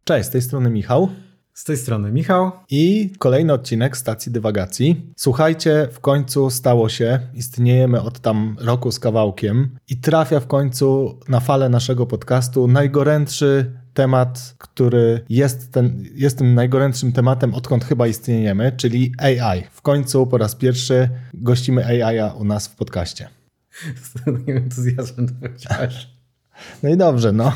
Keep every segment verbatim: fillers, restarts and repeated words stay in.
Cześć, z tej strony Michał. Z tej strony Michał. I kolejny odcinek Stacji Dywagacji. Słuchajcie, w końcu stało się, istniejemy od tam roku z kawałkiem i trafia w końcu na falę naszego podcastu najgorętszy temat, który jest, ten, jest tym najgorętszym tematem, odkąd chyba istniejemy, czyli A I. W końcu po raz pierwszy gościmy A I-a u nas w podcaście. Z takim entuzjazmem to powiedziałeś. No i dobrze, no.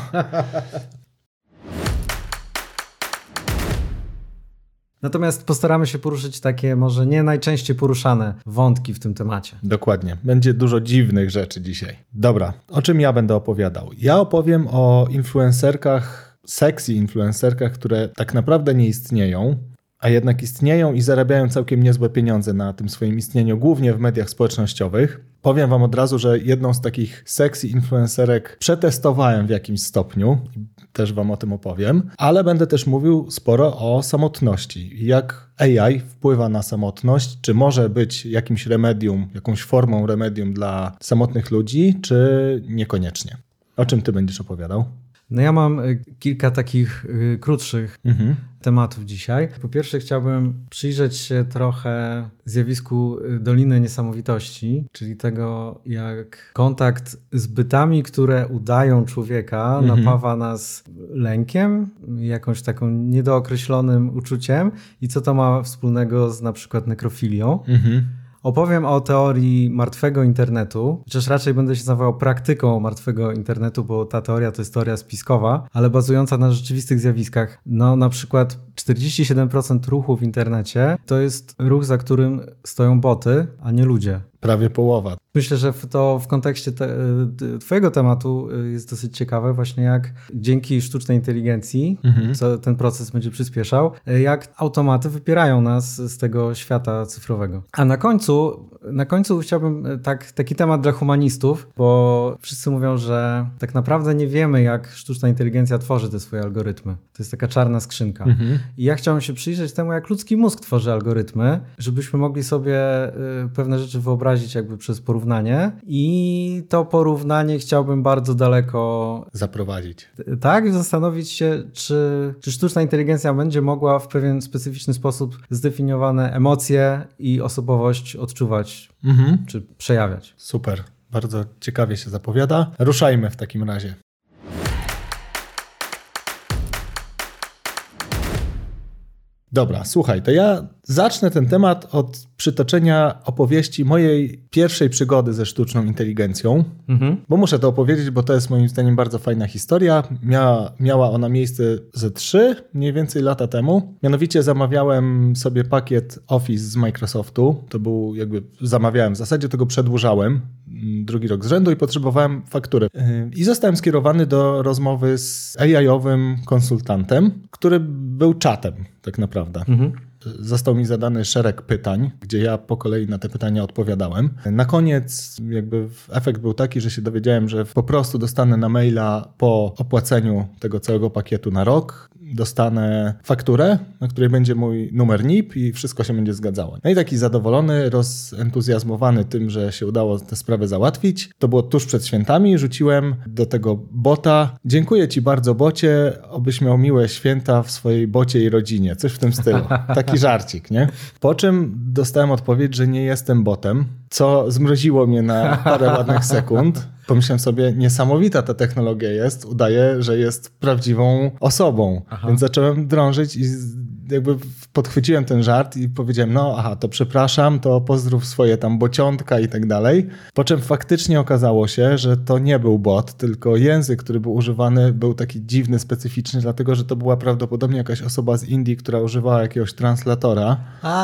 Natomiast postaramy się poruszyć takie może nie najczęściej poruszane wątki w tym temacie. Dokładnie. Będzie dużo dziwnych rzeczy dzisiaj. Dobra, o czym ja będę opowiadał? Ja opowiem o influencerkach, sexy influencerkach, które tak naprawdę nie istnieją, a jednak istnieją i zarabiają całkiem niezłe pieniądze na tym swoim istnieniu, głównie w mediach społecznościowych. Powiem wam od razu, że jedną z takich sexy influencerek przetestowałem w jakimś stopniu, też wam o tym opowiem, ale będę też mówił sporo o samotności. Jak A I wpływa na samotność, czy może być jakimś remedium, jakąś formą remedium dla samotnych ludzi, czy niekoniecznie. O czym ty będziesz opowiadał? No ja mam kilka takich y, krótszych mhm. tematów dzisiaj. Po pierwsze chciałbym przyjrzeć się trochę zjawisku Doliny Niesamowitości, czyli tego, jak kontakt z bytami, które udają człowieka, mhm. napawa nas lękiem, jakąś taką niedookreślonym uczuciem i co to ma wspólnego z na przykład nekrofilią. Mhm. Opowiem o teorii martwego internetu, chociaż raczej będę się nazywał praktyką martwego internetu, bo ta teoria to jest teoria spiskowa, ale bazująca na rzeczywistych zjawiskach. No na przykład czterdzieści siedem procent ruchu w internecie to jest ruch, za którym stoją boty, a nie ludzie. Prawie połowa. Myślę, że to w kontekście te, twojego tematu jest dosyć ciekawe, właśnie jak dzięki sztucznej inteligencji, mhm. co ten proces będzie przyspieszał, jak automaty wypierają nas z tego świata cyfrowego. A na końcu, na końcu chciałbym tak, taki temat dla humanistów, bo wszyscy mówią, że tak naprawdę nie wiemy, jak sztuczna inteligencja tworzy te swoje algorytmy. To jest taka czarna skrzynka. Mhm. I ja chciałem się przyjrzeć temu, jak ludzki mózg tworzy algorytmy, żebyśmy mogli sobie pewne rzeczy wyobrazić jakby przez porównanie i to porównanie chciałbym bardzo daleko zaprowadzić. Tak, zastanowić się, czy, czy sztuczna inteligencja będzie mogła w pewien specyficzny sposób zdefiniowane emocje i osobowość odczuwać, mhm. czy przejawiać. Super, bardzo ciekawie się zapowiada. Ruszajmy w takim razie. Dobra, słuchaj, to ja zacznę ten temat od przytoczenia opowieści mojej pierwszej przygody ze sztuczną inteligencją, mhm. bo muszę to opowiedzieć, bo to jest moim zdaniem bardzo fajna historia. Miała, miała ona miejsce ze trzy mniej więcej lata temu. Mianowicie zamawiałem sobie pakiet Office z Microsoftu. To był jakby, zamawiałem, w zasadzie tego przedłużałem drugi rok z rzędu i potrzebowałem faktury. I zostałem skierowany do rozmowy z A I-owym konsultantem, który był czatem tak naprawdę. Mhm. Został mi zadany szereg pytań, gdzie ja po kolei na te pytania odpowiadałem. Na koniec jakby efekt był taki, że się dowiedziałem, że po prostu dostanę na maila po opłaceniu tego całego pakietu na rok, dostanę fakturę, na której będzie mój numer N I P i wszystko się będzie zgadzało. No i taki zadowolony, rozentuzjazmowany tym, że się udało tę sprawę załatwić. To było tuż przed świętami, rzuciłem do tego bota: dziękuję ci bardzo, bocie, obyś miał miłe święta w swojej bocie i rodzinie. Coś w tym stylu. Taki żarcik, nie? Po czym dostałem odpowiedź, że nie jestem botem, co zmroziło mnie na parę ładnych sekund. Pomyślałem sobie, niesamowita ta technologia jest, udaje, że jest prawdziwą osobą. Aha. Więc zacząłem drążyć i jakby podchwyciłem ten żart i powiedziałem, no aha, to przepraszam, to pozdrów swoje tam bociątka i tak dalej. Po czym faktycznie okazało się, że to nie był bot, tylko język, który był używany, był taki dziwny, specyficzny, dlatego że to była prawdopodobnie jakaś osoba z Indii, która używała jakiegoś translatora.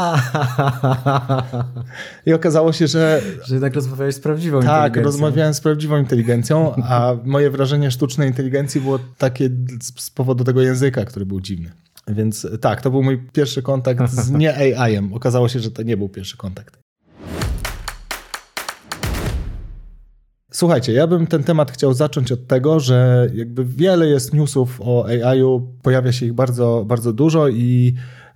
I okazało się, że... Że jednak rozmawiałeś z prawdziwą tak, inteligencją. Tak, rozmawiałem z prawdziwą inteligencją, a moje wrażenie sztucznej inteligencji było takie z powodu tego języka, który był dziwny. Więc tak, to był mój pierwszy kontakt z nie A I-em. Okazało się, że to nie był pierwszy kontakt. Słuchajcie, ja bym ten temat chciał zacząć od tego, że jakby wiele jest newsów o A I-u, pojawia się ich bardzo, bardzo dużo i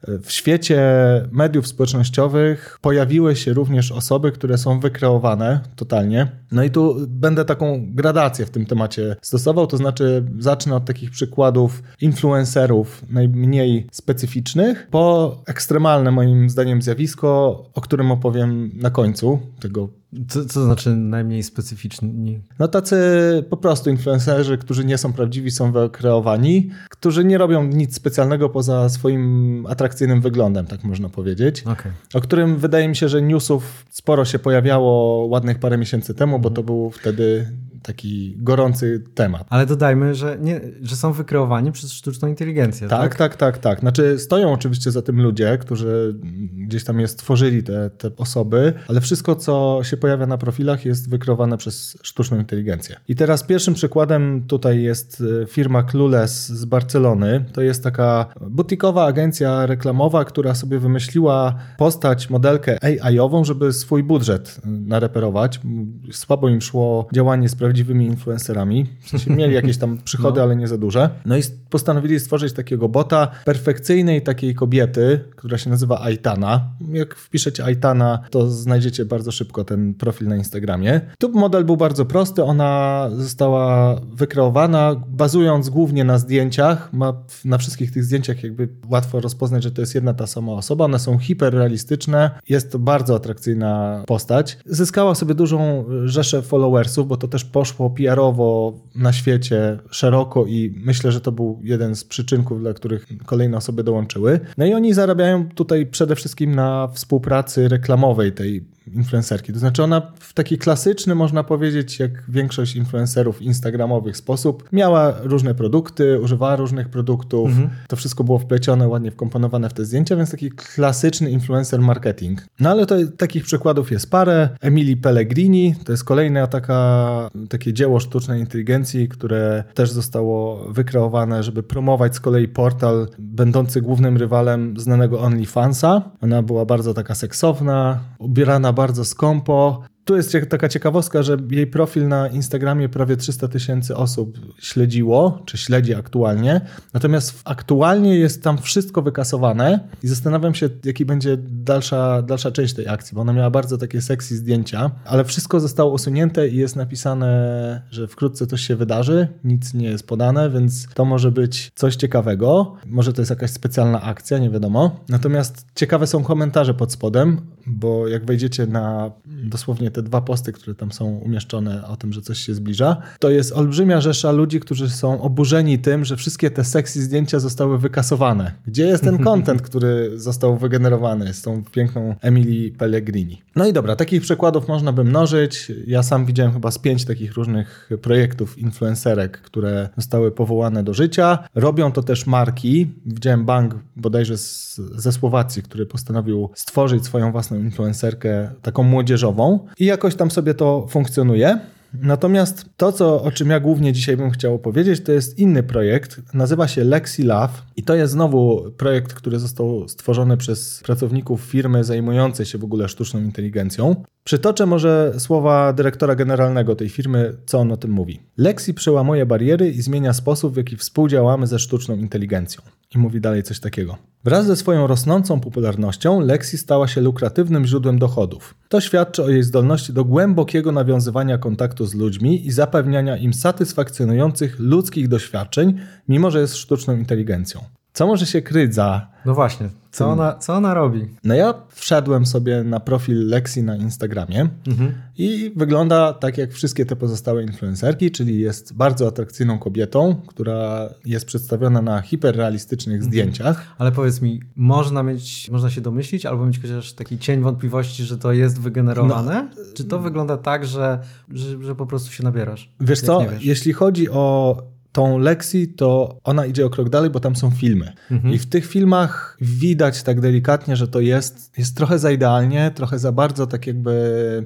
w świecie mediów społecznościowych pojawiły się również osoby, które są wykreowane totalnie. No i tu będę taką gradację w tym temacie stosował, to znaczy zacznę od takich przykładów influencerów najmniej specyficznych, po ekstremalne moim zdaniem zjawisko, o którym opowiem na końcu tego. Co, co znaczy najmniej specyficzni? No tacy po prostu influencerzy, którzy nie są prawdziwi, są wykreowani, którzy nie robią nic specjalnego poza swoim atrakcyjnym wyglądem, tak można powiedzieć. Okay. O którym wydaje mi się, że newsów sporo się pojawiało ładnych parę miesięcy temu, bo to był wtedy taki gorący temat. Ale dodajmy, że, nie, że są wykreowani przez sztuczną inteligencję. Tak, tak, tak, tak, tak. Znaczy stoją oczywiście za tym ludzie, którzy gdzieś tam je stworzyli, te, te osoby, ale wszystko, co się pojawia na profilach, jest wykreowane przez sztuczną inteligencję. I teraz pierwszym przykładem tutaj jest firma Clueless z Barcelony. To jest taka butikowa agencja reklamowa, która sobie wymyśliła postać, modelkę A I-ową, żeby swój budżet nareperować. Słabo im szło działanie z prawdziwymi influencerami. W sensie mieli jakieś tam przychody, no. ale nie za duże. No i postanowili stworzyć takiego bota perfekcyjnej takiej kobiety, która się nazywa Aitana. Jak wpiszecie Aitana, to znajdziecie bardzo szybko ten profil na Instagramie. Tu model był bardzo prosty. Ona została wykreowana, bazując głównie na zdjęciach. Ma na wszystkich tych zdjęciach jakby łatwo rozpoznać, że to jest jedna ta sama osoba. One są hiperrealistyczne. Jest to bardzo atrakcyjna postać. Zyskała sobie dużą rzeszę followersów, bo to też poszło P R-owo na świecie szeroko i myślę, że to był jeden z przyczynków, dla których kolejne osoby dołączyły. No i oni zarabiają tutaj przede wszystkim na współpracy reklamowej tej influencerki. To znaczy ona w taki klasyczny, można powiedzieć, jak większość influencerów instagramowych sposób, miała różne produkty, używała różnych produktów. Mhm. To wszystko było wplecione, ładnie wkomponowane w te zdjęcia, więc taki klasyczny influencer marketing. No ale to, takich przykładów jest parę. Emily Pellegrini to jest kolejna taka, takie dzieło sztucznej inteligencji, które też zostało wykreowane, żeby promować z kolei portal będący głównym rywalem znanego OnlyFansa. Ona była bardzo taka seksowna, ubierana bardzo skąpo. Tu jest taka ciekawostka, że jej profil na Instagramie prawie trzysta tysięcy osób śledziło, czy śledzi aktualnie. Natomiast aktualnie jest tam wszystko wykasowane i zastanawiam się, jaki będzie dalsza, dalsza część tej akcji, bo ona miała bardzo takie sexy zdjęcia, ale wszystko zostało usunięte i jest napisane, że wkrótce coś się wydarzy, nic nie jest podane, więc to może być coś ciekawego. Może to jest jakaś specjalna akcja, nie wiadomo. Natomiast ciekawe są komentarze pod spodem, bo jak wejdziecie na dosłownie te dwa posty, które tam są umieszczone o tym, że coś się zbliża, to jest olbrzymia rzesza ludzi, którzy są oburzeni tym, że wszystkie te sexy zdjęcia zostały wykasowane. Gdzie jest ten content, który został wygenerowany z tą piękną Emily Pellegrini? No i dobra, takich przykładów można by mnożyć. Ja sam widziałem chyba z pięć takich różnych projektów influencerek, które zostały powołane do życia. Robią to też marki. Widziałem bank bodajże z, ze Słowacji, który postanowił stworzyć swoją własną influencerkę, taką młodzieżową i jakoś tam sobie to funkcjonuje. Natomiast to, co, o czym ja głównie dzisiaj bym chciał powiedzieć, to jest inny projekt. Nazywa się Lexi Love i to jest znowu projekt, który został stworzony przez pracowników firmy zajmującej się w ogóle sztuczną inteligencją. Przytoczę może słowa dyrektora generalnego tej firmy, co on o tym mówi. Lexi przełamuje bariery i zmienia sposób, w jaki współdziałamy ze sztuczną inteligencją. I mówi dalej coś takiego. Wraz ze swoją rosnącą popularnością Lexi stała się lukratywnym źródłem dochodów. To świadczy o jej zdolności do głębokiego nawiązywania kontaktu z ludźmi i zapewniania im satysfakcjonujących ludzkich doświadczeń, mimo że jest sztuczną inteligencją. Co może się kryć za... No właśnie, co ona, co ona robi? No ja wszedłem sobie na profil Lexi na Instagramie mhm. i wygląda tak jak wszystkie te pozostałe influencerki, czyli jest bardzo atrakcyjną kobietą, która jest przedstawiona na hiperrealistycznych mhm. zdjęciach. Ale powiedz mi, można mieć, można się domyślić albo mieć chociaż taki cień wątpliwości, że to jest wygenerowane? No, Czy to wygląda tak, że, że, że po prostu się nabierasz? Wiesz co, wiesz? Jeśli chodzi o tą Lexi, to ona idzie o krok dalej, bo tam są filmy. Mhm. I w tych filmach widać tak delikatnie, że to jest, jest trochę za idealnie, trochę za bardzo tak jakby... No,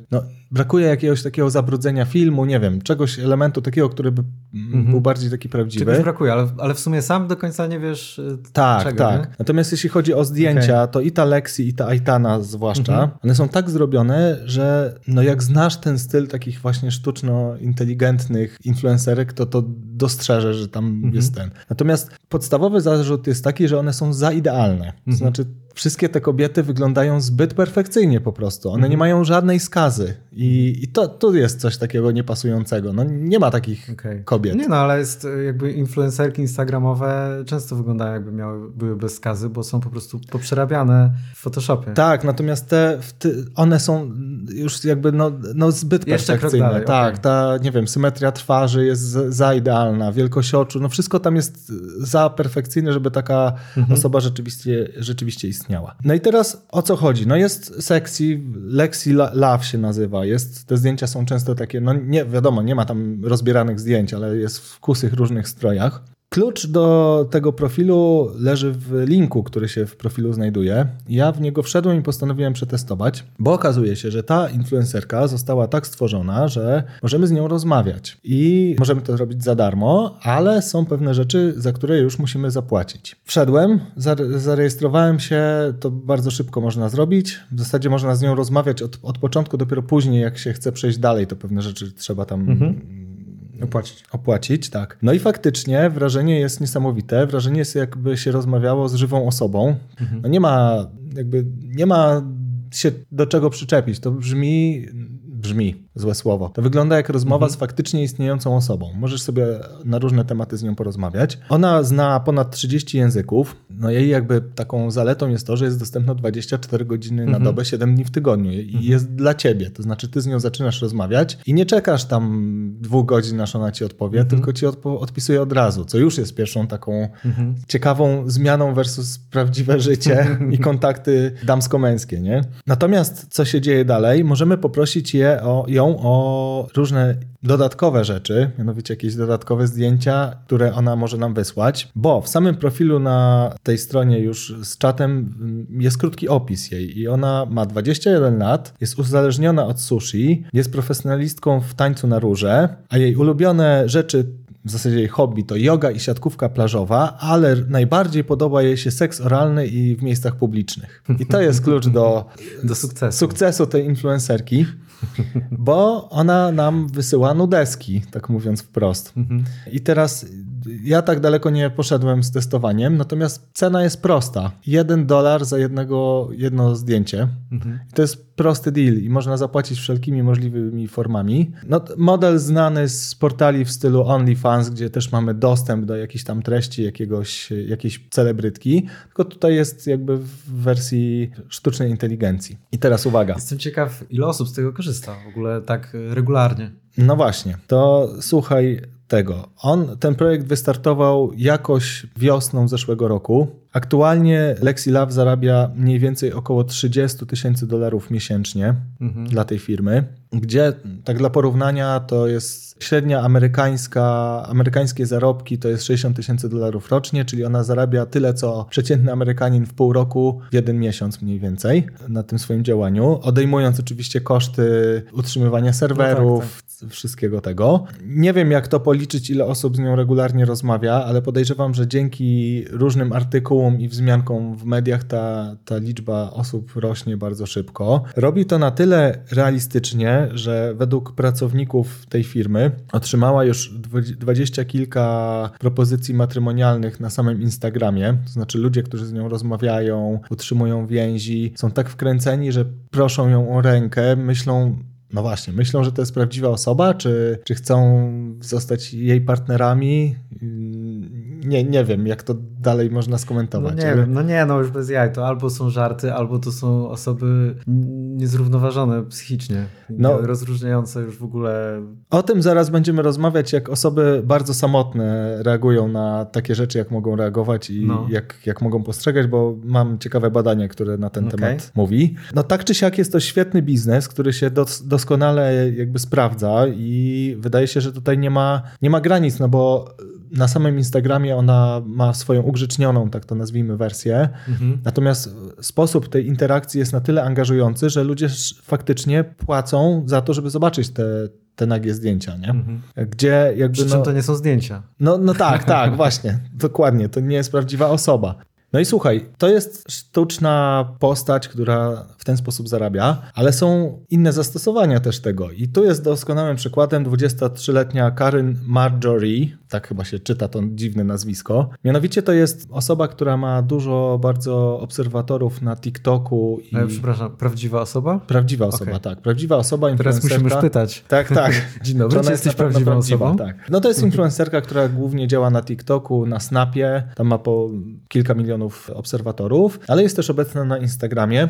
brakuje jakiegoś takiego zabrudzenia filmu, nie wiem, czegoś, elementu takiego, który by mhm. był bardziej taki prawdziwy. Czegoś brakuje, ale, ale w sumie sam do końca nie wiesz tak, czego. Tak, nie? tak. Natomiast jeśli chodzi o zdjęcia, okay. to i ta Lexi, i ta Aitana zwłaszcza, mhm. one są tak zrobione, że no jak znasz ten styl takich właśnie sztuczno-inteligentnych influencerek, to to dostrzeżesz, że tam mhm. jest ten. Natomiast podstawowy zarzut jest taki, że one są za idealne. Mhm. To znaczy wszystkie te kobiety wyglądają zbyt perfekcyjnie po prostu. One mhm. nie mają żadnej skazy. I, i to, to jest coś takiego niepasującego. No nie ma takich okay. kobiet. Nie no, ale jest jakby influencerki instagramowe często wyglądają jakby miały, były bez skazy, bo są po prostu poprzerabiane w Photoshopie. Tak, natomiast te, one są już jakby no, no zbyt Jeszcze perfekcyjne. Dalej, tak, okay. ta, nie wiem, symetria twarzy jest za idealna, wielkość oczu, no wszystko tam jest za perfekcyjne, żeby taka mhm. osoba rzeczywiście, rzeczywiście istniała. No i teraz o co chodzi? No jest sexy, Lexi Love się nazywa. Jest, te zdjęcia są często takie, no nie wiadomo, nie ma tam rozbieranych zdjęć, ale jest w kusych różnych strojach. Klucz do tego profilu leży w linku, który się w profilu znajduje. Ja w niego wszedłem i postanowiłem przetestować, bo okazuje się, że ta influencerka została tak stworzona, że możemy z nią rozmawiać i możemy to robić za darmo, ale są pewne rzeczy, za które już musimy zapłacić. Wszedłem, zarejestrowałem się, to bardzo szybko można zrobić. W zasadzie można z nią rozmawiać od, od początku, dopiero później jak się chce przejść dalej, to pewne rzeczy trzeba tam... Mhm. Opłacić. Opłacić, tak. No i faktycznie wrażenie jest niesamowite. Wrażenie jest, jakby się rozmawiało z żywą osobą. Mhm. No nie ma jakby, nie ma się do czego przyczepić. To brzmi, brzmi, złe słowo. To wygląda jak rozmowa mhm. z faktycznie istniejącą osobą. Możesz sobie na różne tematy z nią porozmawiać. Ona zna ponad trzydzieści języków. No jej jakby taką zaletą jest to, że jest dostępna dwadzieścia cztery godziny mhm. na dobę, siedem dni w tygodniu i mhm. jest dla ciebie. To znaczy ty z nią zaczynasz rozmawiać i nie czekasz tam dwóch godzin, aż ona ci odpowie, mhm. tylko ci odpo- odpisuje od razu, co już jest pierwszą taką mhm. ciekawą zmianą versus prawdziwe życie i kontakty damsko-męskie, nie? Natomiast co się dzieje dalej? Możemy poprosić je o, ją o różne dodatkowe rzeczy, mianowicie jakieś dodatkowe zdjęcia, które ona może nam wysłać, bo w samym profilu na tej stronie już z czatem jest krótki opis jej i ona ma dwadzieścia jeden lat, jest uzależniona od sushi, jest profesjonalistką w tańcu na róże, a jej ulubione rzeczy, w zasadzie jej hobby to joga i siatkówka plażowa, ale najbardziej podoba jej się seks oralny i w miejscach publicznych. I to jest klucz do, do sukcesu. sukcesu tej influencerki, bo ona nam wysyła nudeski, tak mówiąc wprost. Mhm. I teraz ja tak daleko nie poszedłem z testowaniem, natomiast cena jest prosta. Jeden dolar za jednego, jedno zdjęcie. Mhm. I to jest prosty deal i można zapłacić wszelkimi możliwymi formami. No, model znany z portali w stylu OnlyFans, gdzie też mamy dostęp do jakiejś tam treści jakiegoś, jakiejś celebrytki, tylko tutaj jest jakby w wersji sztucznej inteligencji. I teraz uwaga. Jestem ciekaw, ile osób z tego korzysta w ogóle tak regularnie. No właśnie, to słuchaj tego. On, ten projekt wystartował jakoś wiosną zeszłego roku. Aktualnie Lexi Love zarabia mniej więcej około trzydzieści tysięcy dolarów miesięcznie mhm. dla tej firmy, gdzie tak dla porównania to jest średnia amerykańska, amerykańskie zarobki to jest sześćdziesiąt tysięcy dolarów rocznie, czyli ona zarabia tyle, co przeciętny Amerykanin w pół roku, w jeden miesiąc mniej więcej na tym swoim działaniu, odejmując oczywiście koszty utrzymywania serwerów, no tak, tak. wszystkiego tego. Nie wiem, jak to policzyć, ile osób z nią regularnie rozmawia, ale podejrzewam, że dzięki różnym artykułom i wzmiankom w mediach ta, ta liczba osób rośnie bardzo szybko. Robi to na tyle realistycznie, że według pracowników tej firmy otrzymała już dwadzieścia kilka propozycji matrymonialnych na samym Instagramie. To znaczy ludzie, którzy z nią rozmawiają, utrzymują więzi, są tak wkręceni, że proszą ją o rękę, myślą, no właśnie, myślą, że to jest prawdziwa osoba, czy, czy chcą zostać jej partnerami. Nie, nie wiem, jak to dalej można skomentować. No nie ale... wiem, no nie, no już bez jaj. To albo są żarty, albo to są osoby niezrównoważone psychicznie, no, rozróżniające już w ogóle. O tym zaraz będziemy rozmawiać, jak osoby bardzo samotne reagują na takie rzeczy, jak mogą reagować i no. jak, jak mogą postrzegać, bo mam ciekawe badanie, które na ten okay. temat mówi. No tak czy siak jest to świetny biznes, który się dos- doskonale jakby sprawdza i wydaje się, że tutaj nie ma, nie ma granic, no bo na samym Instagramie ona ma swoją ugrzecznioną, tak to nazwijmy, wersję. Mhm. Natomiast sposób tej interakcji jest na tyle angażujący, że ludzie faktycznie płacą za to, żeby zobaczyć te te nagie zdjęcia, nie? Mhm. Gdzie jakby... Przy czym no, to nie są zdjęcia. No, no tak, tak, właśnie. Dokładnie. To nie jest prawdziwa osoba. No i słuchaj, to jest sztuczna postać, która w ten sposób zarabia, ale są inne zastosowania też tego. I tu jest doskonałym przykładem dwudziestotrzyletnia Karen Marjorie, tak chyba się czyta to dziwne nazwisko. Mianowicie to jest osoba, która ma dużo bardzo obserwatorów na TikToku. I... Ale przepraszam, prawdziwa osoba? Prawdziwa osoba, okay. tak. Prawdziwa osoba, influencerka. Teraz musimy już pytać. Tak, tak. Dzień dobry, czy jesteś prawdziwą osobą? Tak. No to jest influencerka, która głównie działa na TikToku, na Snapie. Tam ma po kilka milionów obserwatorów, ale jest też obecna na Instagramie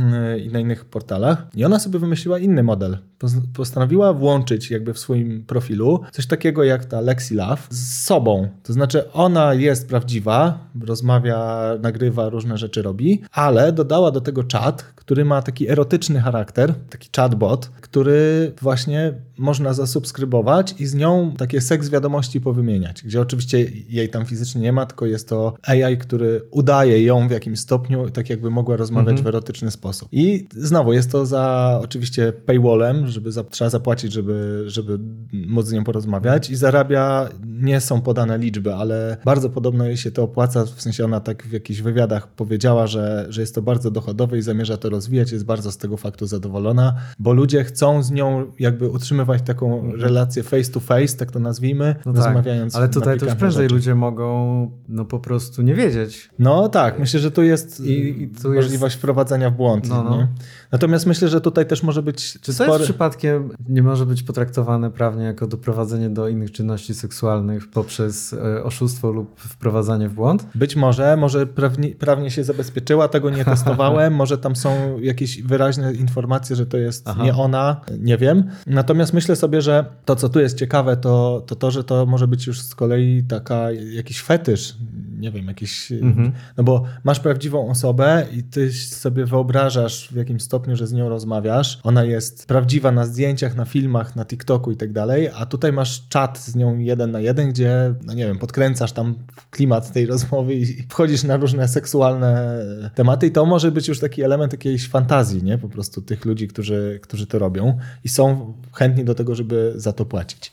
i na innych portalach. I ona sobie wymyśliła inny model. Postanowiła włączyć jakby w swoim profilu coś takiego jak ta Lexi Love z sobą. To znaczy ona jest prawdziwa, rozmawia, nagrywa, różne rzeczy robi, ale dodała do tego czat, który ma taki erotyczny charakter, taki chatbot, który właśnie można zasubskrybować i z nią takie seks wiadomości powymieniać, gdzie oczywiście jej tam fizycznie nie ma, tylko jest to A I, który udaje ją w jakimś stopniu, tak jakby mogła rozmawiać mhm. w erotyczny sposób. I znowu jest to za oczywiście paywallem, żeby za, trzeba zapłacić, żeby, żeby móc z nią porozmawiać i zarabia, nie są podane liczby, ale bardzo podobno jej się to opłaca, w sensie ona tak w jakichś wywiadach powiedziała, że, że jest to bardzo dochodowe i zamierza to rozwijać, jest bardzo z tego faktu zadowolona, bo ludzie chcą z nią jakby utrzymywać taką relację face to face, tak to nazwijmy, no rozmawiając. Tak, ale tutaj to już prędzej rzeczy. Ludzie mogą no po prostu nie wiedzieć. No tak, myślę, że tu jest I, i tu możliwość jest... wprowadzania w błąd. No, no. Nie? Natomiast myślę, że tutaj też może być Czy spory... to jest przypadkiem, nie może być potraktowane prawnie jako doprowadzenie do innych czynności seksualnych poprzez e, oszustwo lub wprowadzanie w błąd? Być może, może prawnie, prawnie się zabezpieczyła, tego nie testowałem, może tam są jakieś wyraźne informacje, że to jest Aha. nie ona, nie wiem. Natomiast myślę sobie, że to, co tu jest ciekawe, to to, to że to może być już z kolei taka jakiś fetysz, nie wiem, jakiś... Mhm. No bo masz prawdziwą osobę i ty sobie wyobrażasz w jakimś stopniu, że z nią rozmawiasz. Ona jest prawdziwa na zdjęciach, na filmach, na TikToku i tak dalej, a tutaj masz czat z nią jeden na jeden, gdzie, no nie wiem, podkręcasz tam klimat tej rozmowy i wchodzisz na różne seksualne tematy i to może być już taki element jakiejś fantazji, nie? Po prostu tych ludzi, którzy, którzy to robią i są chętni do tego, żeby za to płacić.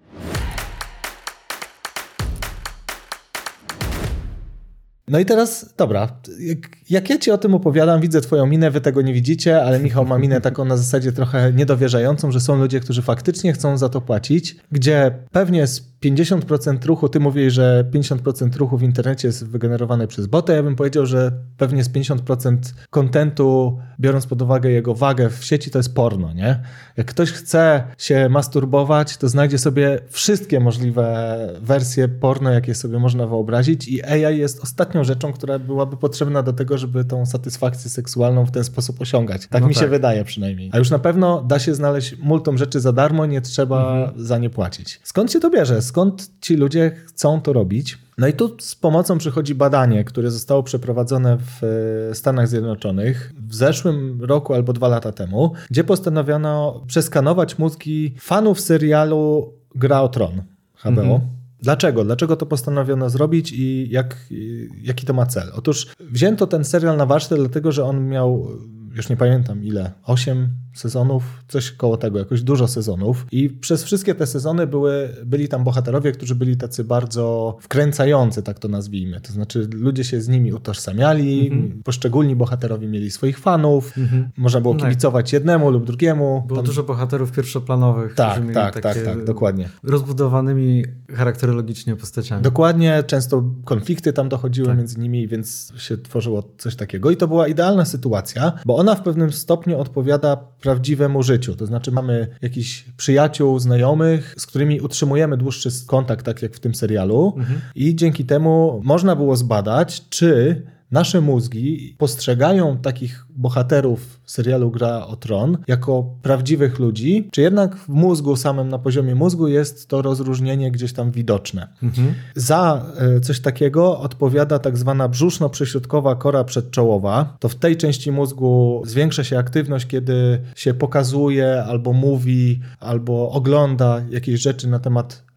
No i teraz, dobra, jak, jak ja ci o tym opowiadam, widzę twoją minę, wy tego nie widzicie, ale Michał ma minę taką na zasadzie trochę niedowierzającą, że są ludzie, którzy faktycznie chcą za to płacić, gdzie pewnie z pięćdziesiąt procent ruchu, ty mówisz, że pięćdziesiąt procent ruchu w internecie jest wygenerowane przez bota, ja bym powiedział, że pewnie z pięćdziesiąt procent kontentu, biorąc pod uwagę jego wagę w sieci, to jest porno, nie? Jak ktoś chce się masturbować, to znajdzie sobie wszystkie możliwe wersje porno, jakie sobie można wyobrazić i A I jest ostatnią rzeczą, która byłaby potrzebna do tego, żeby tą satysfakcję seksualną w ten sposób osiągać. Tak no mi tak. się wydaje przynajmniej. A już na pewno da się znaleźć multum rzeczy za darmo, nie trzeba mhm. za nie płacić. Skąd się to bierze? Skąd ci ludzie chcą to robić? No i tu z pomocą przychodzi badanie, które zostało przeprowadzone w Stanach Zjednoczonych w zeszłym roku albo dwa lata temu, gdzie postanowiono przeskanować mózgi fanów serialu Gra o Tron H B O. Mhm. Dlaczego? Dlaczego to postanowiono zrobić i jak, jaki to ma cel? Otóż wzięto ten serial na warsztat, dlatego że on miał, już nie pamiętam ile, osiem sezonów, coś koło tego, jakoś dużo sezonów i przez wszystkie te sezony były, byli tam bohaterowie, którzy byli tacy bardzo wkręcający, tak to nazwijmy. To znaczy ludzie się z nimi utożsamiali, mm-hmm. poszczególni bohaterowie mieli swoich fanów, mm-hmm. można było kibicować tak. jednemu lub drugiemu. Było tam... dużo bohaterów pierwszoplanowych, tak, którzy mieli tak, takie tak, tak, dokładnie. rozbudowanymi charakterologicznie postaciami. Dokładnie, często konflikty tam dochodziły tak. między nimi, więc się tworzyło coś takiego i to była idealna sytuacja, bo ona w pewnym stopniu odpowiada prawdziwemu życiu. To znaczy mamy jakichś przyjaciół, znajomych, z którymi utrzymujemy dłuższy kontakt, tak jak w tym serialu mhm. i dzięki temu można było zbadać, czy nasze mózgi postrzegają takich bohaterów serialu Gra o Tron jako prawdziwych ludzi, czy jednak w mózgu samym, na poziomie mózgu jest to rozróżnienie gdzieś tam widoczne. Mhm. Za coś takiego odpowiada tak zwana brzuszno-prześrodkowa kora przedczołowa. To w tej części mózgu zwiększa się aktywność, kiedy się pokazuje albo mówi, albo ogląda jakieś rzeczy na temat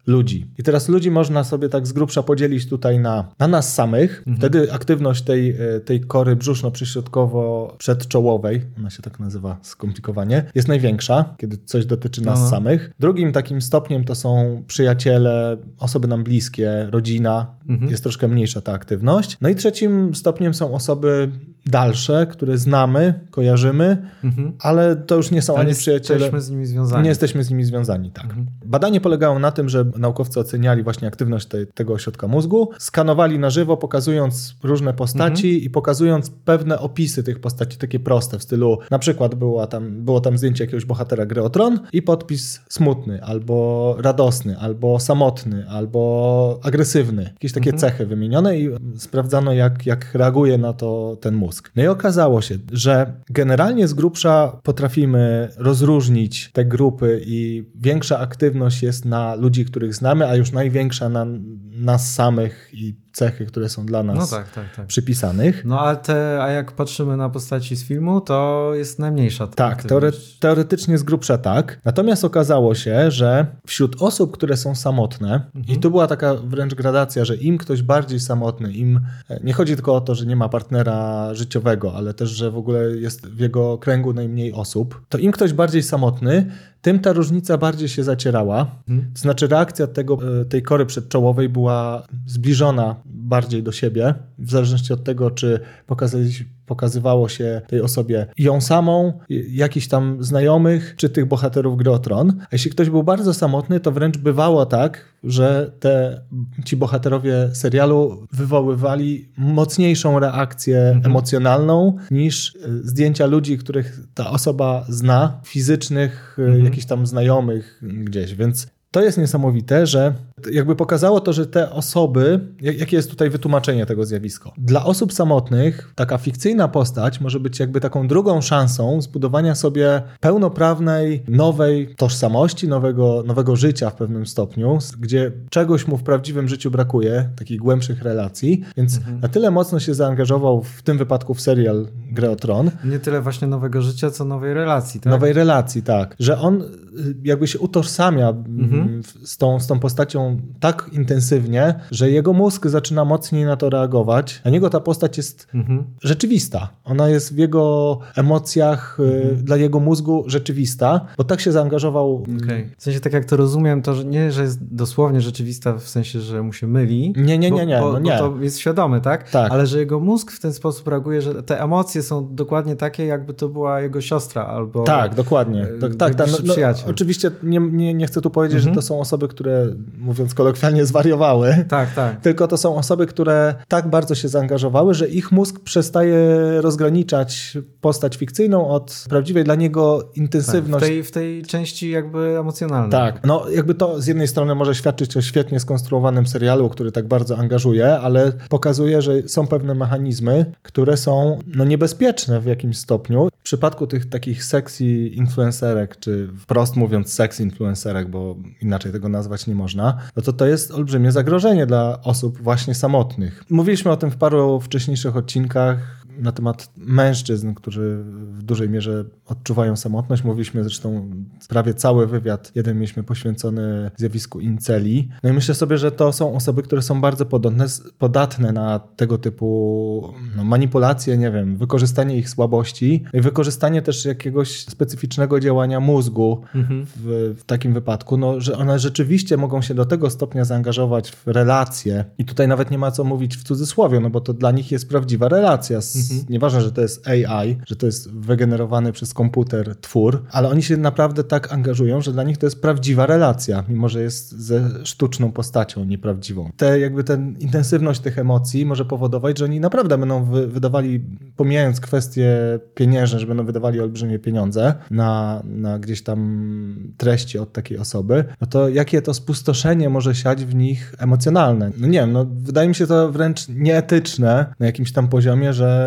ludzi. I teraz ludzi można sobie tak z grubsza podzielić tutaj na, na nas samych. Mhm. Wtedy aktywność tej, tej kory brzuszno-przyśrodkowo-przedczołowej, ona się tak nazywa skomplikowanie, jest największa, kiedy coś dotyczy nas Aha. samych. Drugim takim stopniem to są przyjaciele, osoby nam bliskie, rodzina. Mhm. Jest troszkę mniejsza ta aktywność. No i trzecim stopniem są osoby dalsze, które znamy, kojarzymy, mhm. ale to już nie są ani przyjaciele. Nie jesteśmy z nimi związani. Nie jesteśmy z nimi związani, tak. Mhm. Badanie polegało na tym, że naukowcy oceniali właśnie aktywność tej, tego ośrodka mózgu, skanowali na żywo, pokazując różne postaci mhm. i pokazując pewne opisy tych postaci, takie proste, w stylu na przykład była tam, było tam zdjęcie jakiegoś bohatera gry o Tron i podpis smutny, albo radosny, albo samotny, albo agresywny. Jakieś takie mhm. cechy wymienione i sprawdzano, jak, jak reaguje na to ten mózg. No i okazało się, że generalnie z grubsza potrafimy rozróżnić te grupy i większa aktywność jest na ludzi, których znamy, a już największa na nas samych i cechy, które są dla nas no tak, tak, tak. przypisanych. No a, te, a jak patrzymy na postaci z filmu, to jest najmniejsza. Tak, teore, teoretycznie z grubsza tak. Natomiast okazało się, że wśród osób, które są samotne, mhm. i tu była taka wręcz gradacja, że im ktoś bardziej samotny, im nie chodzi tylko o to, że nie ma partnera życiowego, ale też, że w ogóle jest w jego kręgu najmniej osób, to im ktoś bardziej samotny, tym ta różnica bardziej się zacierała. Hmm. To znaczy reakcja tego, tej kory przedczołowej była zbliżona bardziej do siebie, w zależności od tego, czy pokazywało się tej osobie ją samą, jakichś tam znajomych, czy tych bohaterów gry o Tron. A jeśli ktoś był bardzo samotny, to wręcz bywało tak, że te, ci bohaterowie serialu wywoływali mocniejszą reakcję mhm. emocjonalną niż zdjęcia ludzi, których ta osoba zna, fizycznych, mhm. jakichś tam znajomych gdzieś, więc to jest niesamowite, że jakby pokazało to, że te osoby, jakie jest tutaj wytłumaczenie tego zjawiska? Dla osób samotnych taka fikcyjna postać może być jakby taką drugą szansą zbudowania sobie pełnoprawnej, nowej tożsamości, nowego, nowego życia w pewnym stopniu, gdzie czegoś mu w prawdziwym życiu brakuje, takich głębszych relacji, więc mhm. na tyle mocno się zaangażował w tym wypadku w serial Grę o Tron. Nie tyle właśnie nowego życia, co nowej relacji, tak? Nowej relacji, tak. Że on jakby się utożsamia mhm. z, tą, z tą postacią tak intensywnie, że jego mózg zaczyna mocniej na to reagować. Dla niego ta postać jest mhm. rzeczywista. Ona jest w jego emocjach, mhm. dla jego mózgu rzeczywista, bo tak się zaangażował. Okay. W sensie tak jak to rozumiem, to że nie, że jest dosłownie rzeczywista w sensie, że mu się myli. Nie, nie, nie, nie. Bo, no nie. bo to jest świadomy, tak? tak? Ale że jego mózg w ten sposób reaguje, że te emocje są dokładnie takie, jakby to była jego siostra albo tak, dokładnie. Tak, tak, tak. No, no, oczywiście nie, nie, nie chcę tu powiedzieć, mhm. że to są osoby, które mówiąc kolokwialnie zwariowały. Tak, tak. Tylko to są osoby, które tak bardzo się zaangażowały, że ich mózg przestaje rozgraniczać postać fikcyjną od prawdziwej dla niego intensywność. Tak, w, tej, w tej części jakby emocjonalnej. Tak. No jakby to z jednej strony może świadczyć o świetnie skonstruowanym serialu, który tak bardzo angażuje, ale pokazuje, że są pewne mechanizmy, które są no, niebezpieczne w jakimś stopniu. W przypadku tych takich sexy influencerek, czy wprost mówiąc sex influencerek, bo inaczej tego nazwać nie można, no to to jest olbrzymie zagrożenie dla osób właśnie samotnych. Mówiliśmy o tym w paru wcześniejszych odcinkach na temat mężczyzn, którzy w dużej mierze odczuwają samotność. Mówiliśmy zresztą prawie cały wywiad, jeden mieliśmy poświęcony zjawisku inceli. No i myślę sobie, że to są osoby, które są bardzo podatne, podatne na tego typu no, manipulacje, nie wiem, wykorzystanie ich słabości i wykorzystanie też jakiegoś specyficznego działania mózgu mhm. w, w takim wypadku, no, że one rzeczywiście mogą się do tego stopnia zaangażować w relacje i tutaj nawet nie ma co mówić w cudzysłowie, no bo to dla nich jest prawdziwa relacja z Mhm. Nieważne, że to jest A I, że to jest wygenerowany przez komputer twór, ale oni się naprawdę tak angażują, że dla nich to jest prawdziwa relacja, mimo że jest ze sztuczną postacią, nieprawdziwą. Te, jakby ten intensywność tych emocji może powodować, że oni naprawdę będą wy, wydawali, pomijając kwestie pieniężne, że będą wydawali olbrzymie pieniądze na, na gdzieś tam treści od takiej osoby, no to jakie to spustoszenie może siać w nich emocjonalne? No nie wiem, no wydaje mi się to wręcz nieetyczne na jakimś tam poziomie, że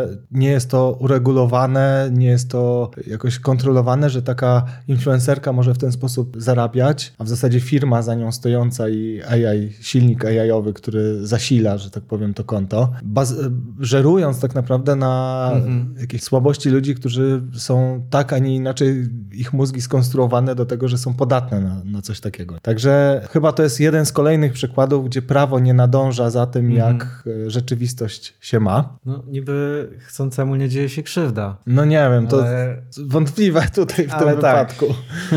nie jest to uregulowane, nie jest to jakoś kontrolowane, że taka influencerka może w ten sposób zarabiać, a w zasadzie firma za nią stojąca i A I, silnik A I-owy, który zasila, że tak powiem, to konto, baz- żerując tak naprawdę na mhm. jakiejś słabości ludzi, którzy są tak, a nie inaczej ich mózgi skonstruowane do tego, że są podatne na, na coś takiego. Także chyba to jest jeden z kolejnych przykładów, gdzie prawo nie nadąża za tym, mhm. jak rzeczywistość się ma. No niby chcącemu nie dzieje się krzywda. No nie wiem, to ale... wątpliwe tutaj w ale tym tak. wypadku.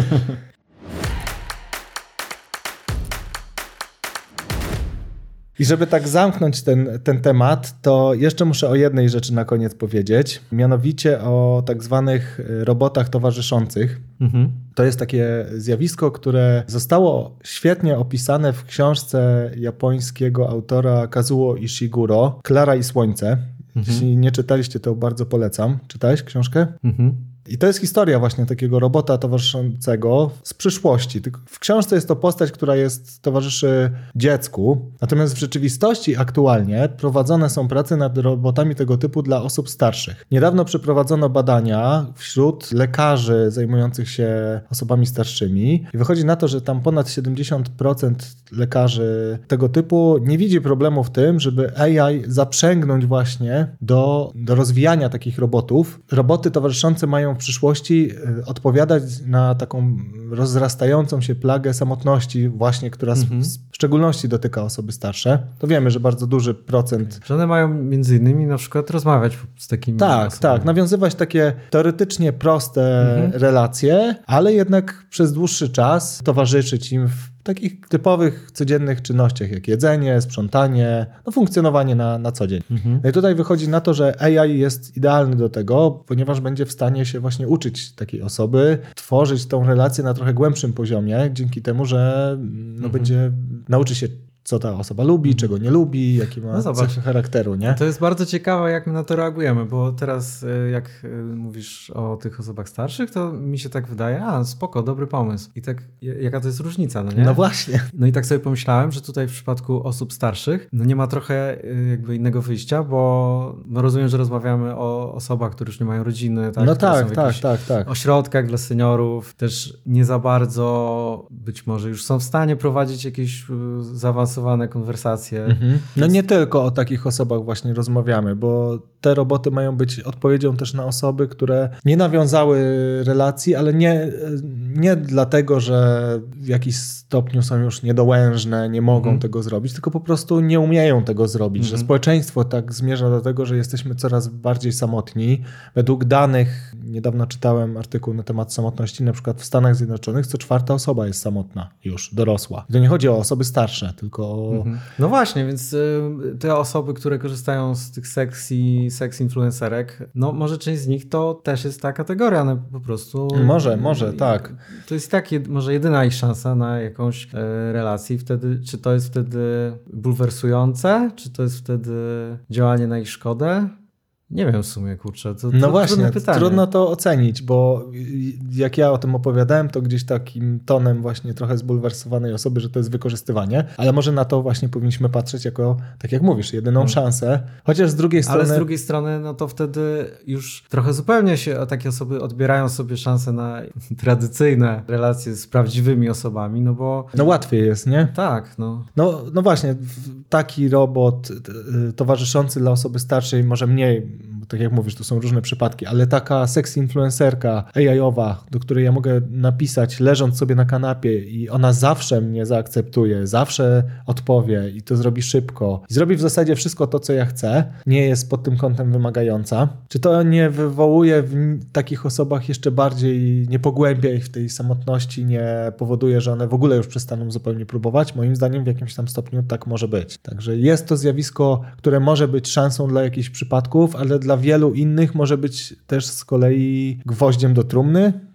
I żeby tak zamknąć ten, ten temat, to jeszcze muszę o jednej rzeczy na koniec powiedzieć, mianowicie o tak zwanych robotach towarzyszących. Mhm. To jest takie zjawisko, które zostało świetnie opisane w książce japońskiego autora Kazuo Ishiguro, Klara i Słońce. Mhm. Jeśli nie czytaliście, to bardzo polecam. Czytałeś książkę? Mhm. I to jest historia właśnie takiego robota towarzyszącego z przyszłości. W książce jest to postać, która jest towarzyszy dziecku, natomiast w rzeczywistości aktualnie prowadzone są prace nad robotami tego typu dla osób starszych. Niedawno przeprowadzono badania wśród lekarzy zajmujących się osobami starszymi i wychodzi na to, że tam ponad siedemdziesiąt procent lekarzy tego typu nie widzi problemu w tym, żeby A I zaprzęgnąć właśnie do, do rozwijania takich robotów. Roboty towarzyszące mają w przyszłości odpowiadać na taką rozrastającą się plagę samotności właśnie, która mhm. w szczególności dotyka osoby starsze. To wiemy, że bardzo duży procent... Że one mają między innymi na przykład rozmawiać z takimi Tak, osobami. tak. Nawiązywać takie teoretycznie proste mhm. relacje, ale jednak przez dłuższy czas towarzyszyć im w takich typowych, codziennych czynnościach, jak jedzenie, sprzątanie, no funkcjonowanie na, na co dzień. Mhm. No i tutaj wychodzi na to, że A I jest idealny do tego, ponieważ będzie w stanie się właśnie uczyć takiej osoby, tworzyć tą relację na trochę głębszym poziomie, dzięki temu, że no, mhm. będzie nauczy się, co ta osoba lubi, czego nie lubi, jakie ma no cechy charakteru, nie? To jest bardzo ciekawe, jak my na to reagujemy, bo teraz jak mówisz o tych osobach starszych, to mi się tak wydaje, a spoko, dobry pomysł. I tak, jaka to jest różnica, no nie? No właśnie. No i tak sobie pomyślałem, że tutaj w przypadku osób starszych, no nie ma trochę jakby innego wyjścia, bo no rozumiem, że rozmawiamy o osobach, które już nie mają rodziny, tak? No tak, tak, tak, tak. Ośrodkach dla seniorów, też nie za bardzo być może już są w stanie prowadzić jakieś zaawansowane konwersacje. Mhm. No nie tylko o takich osobach właśnie rozmawiamy, bo te roboty mają być odpowiedzią też na osoby, które nie nawiązały relacji, ale nie, nie dlatego, że w jakiś stopniu są już niedołężne, nie mogą mhm. tego zrobić, tylko po prostu nie umieją tego zrobić, mhm. że społeczeństwo tak zmierza do tego, że jesteśmy coraz bardziej samotni. Według danych, niedawno czytałem artykuł na temat samotności, na przykład w Stanach Zjednoczonych co czwarta osoba jest samotna już, dorosła. I to nie chodzi o osoby starsze, tylko o... Mhm. No właśnie, więc y, te osoby, które korzystają z tych sexy, seks influencerek, no może część z nich to też jest ta kategoria, one po prostu... Może, może, tak. To jest tak, jed, może jedyna ich szansa na jakąś e, relację. Wtedy, czy to jest wtedy bulwersujące, czy to jest wtedy działanie na ich szkodę? Nie wiem w sumie, kurczę. To, no to właśnie, trudno to ocenić, bo jak ja o tym opowiadałem, to gdzieś takim tonem właśnie trochę zbulwersowanej osoby, że to jest wykorzystywanie, ale może na to właśnie powinniśmy patrzeć jako, tak jak mówisz, jedyną hmm. szansę, chociaż z drugiej strony... Ale z drugiej strony, no to wtedy już trochę zupełnie się takie osoby odbierają sobie szansę na tradycyjne relacje z prawdziwymi osobami, no bo... No łatwiej jest, nie? Tak, no. No, no właśnie, taki robot towarzyszący dla osoby starszej może mniej, tak jak mówisz, to są różne przypadki, ale taka seks influencerka A I-owa, do której ja mogę napisać leżąc sobie na kanapie i ona zawsze mnie zaakceptuje, zawsze odpowie i to zrobi szybko i zrobi w zasadzie wszystko to, co ja chcę, nie jest pod tym kątem wymagająca. Czy to nie wywołuje w takich osobach jeszcze bardziej, nie pogłębia ich w tej samotności, nie powoduje, że one w ogóle już przestaną zupełnie próbować? Moim zdaniem w jakimś tam stopniu tak może być. Także jest to zjawisko, które może być szansą dla jakichś przypadków, ale dla wielu innych może być też z kolei gwoździem do trumny.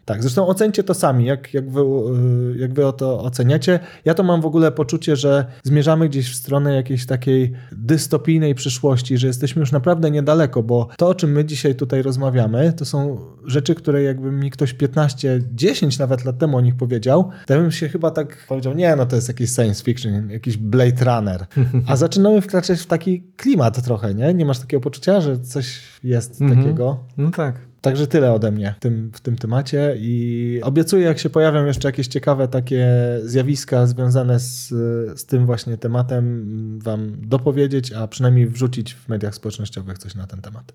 Tak, zresztą ocencie to sami, jak, jak, wy, jak wy to oceniacie. Ja to mam w ogóle poczucie, że zmierzamy gdzieś w stronę jakiejś takiej dystopijnej przyszłości, że jesteśmy już naprawdę niedaleko, bo to, o czym my dzisiaj tutaj rozmawiamy, to są rzeczy, które jakby mi ktoś piętnaście, dziesięć nawet lat temu o nich powiedział, to ja bym się chyba tak powiedział, nie, no to jest jakiś science fiction, jakiś Blade Runner. A zaczynamy wkraczać w taki klimat trochę, nie? Nie masz takiego poczucia, że coś jest mm-hmm. takiego? No tak. Także tyle ode mnie w tym, w tym temacie i obiecuję, jak się pojawią jeszcze jakieś ciekawe takie zjawiska związane z, z tym właśnie tematem, wam dopowiedzieć, a przynajmniej wrzucić w mediach społecznościowych coś na ten temat.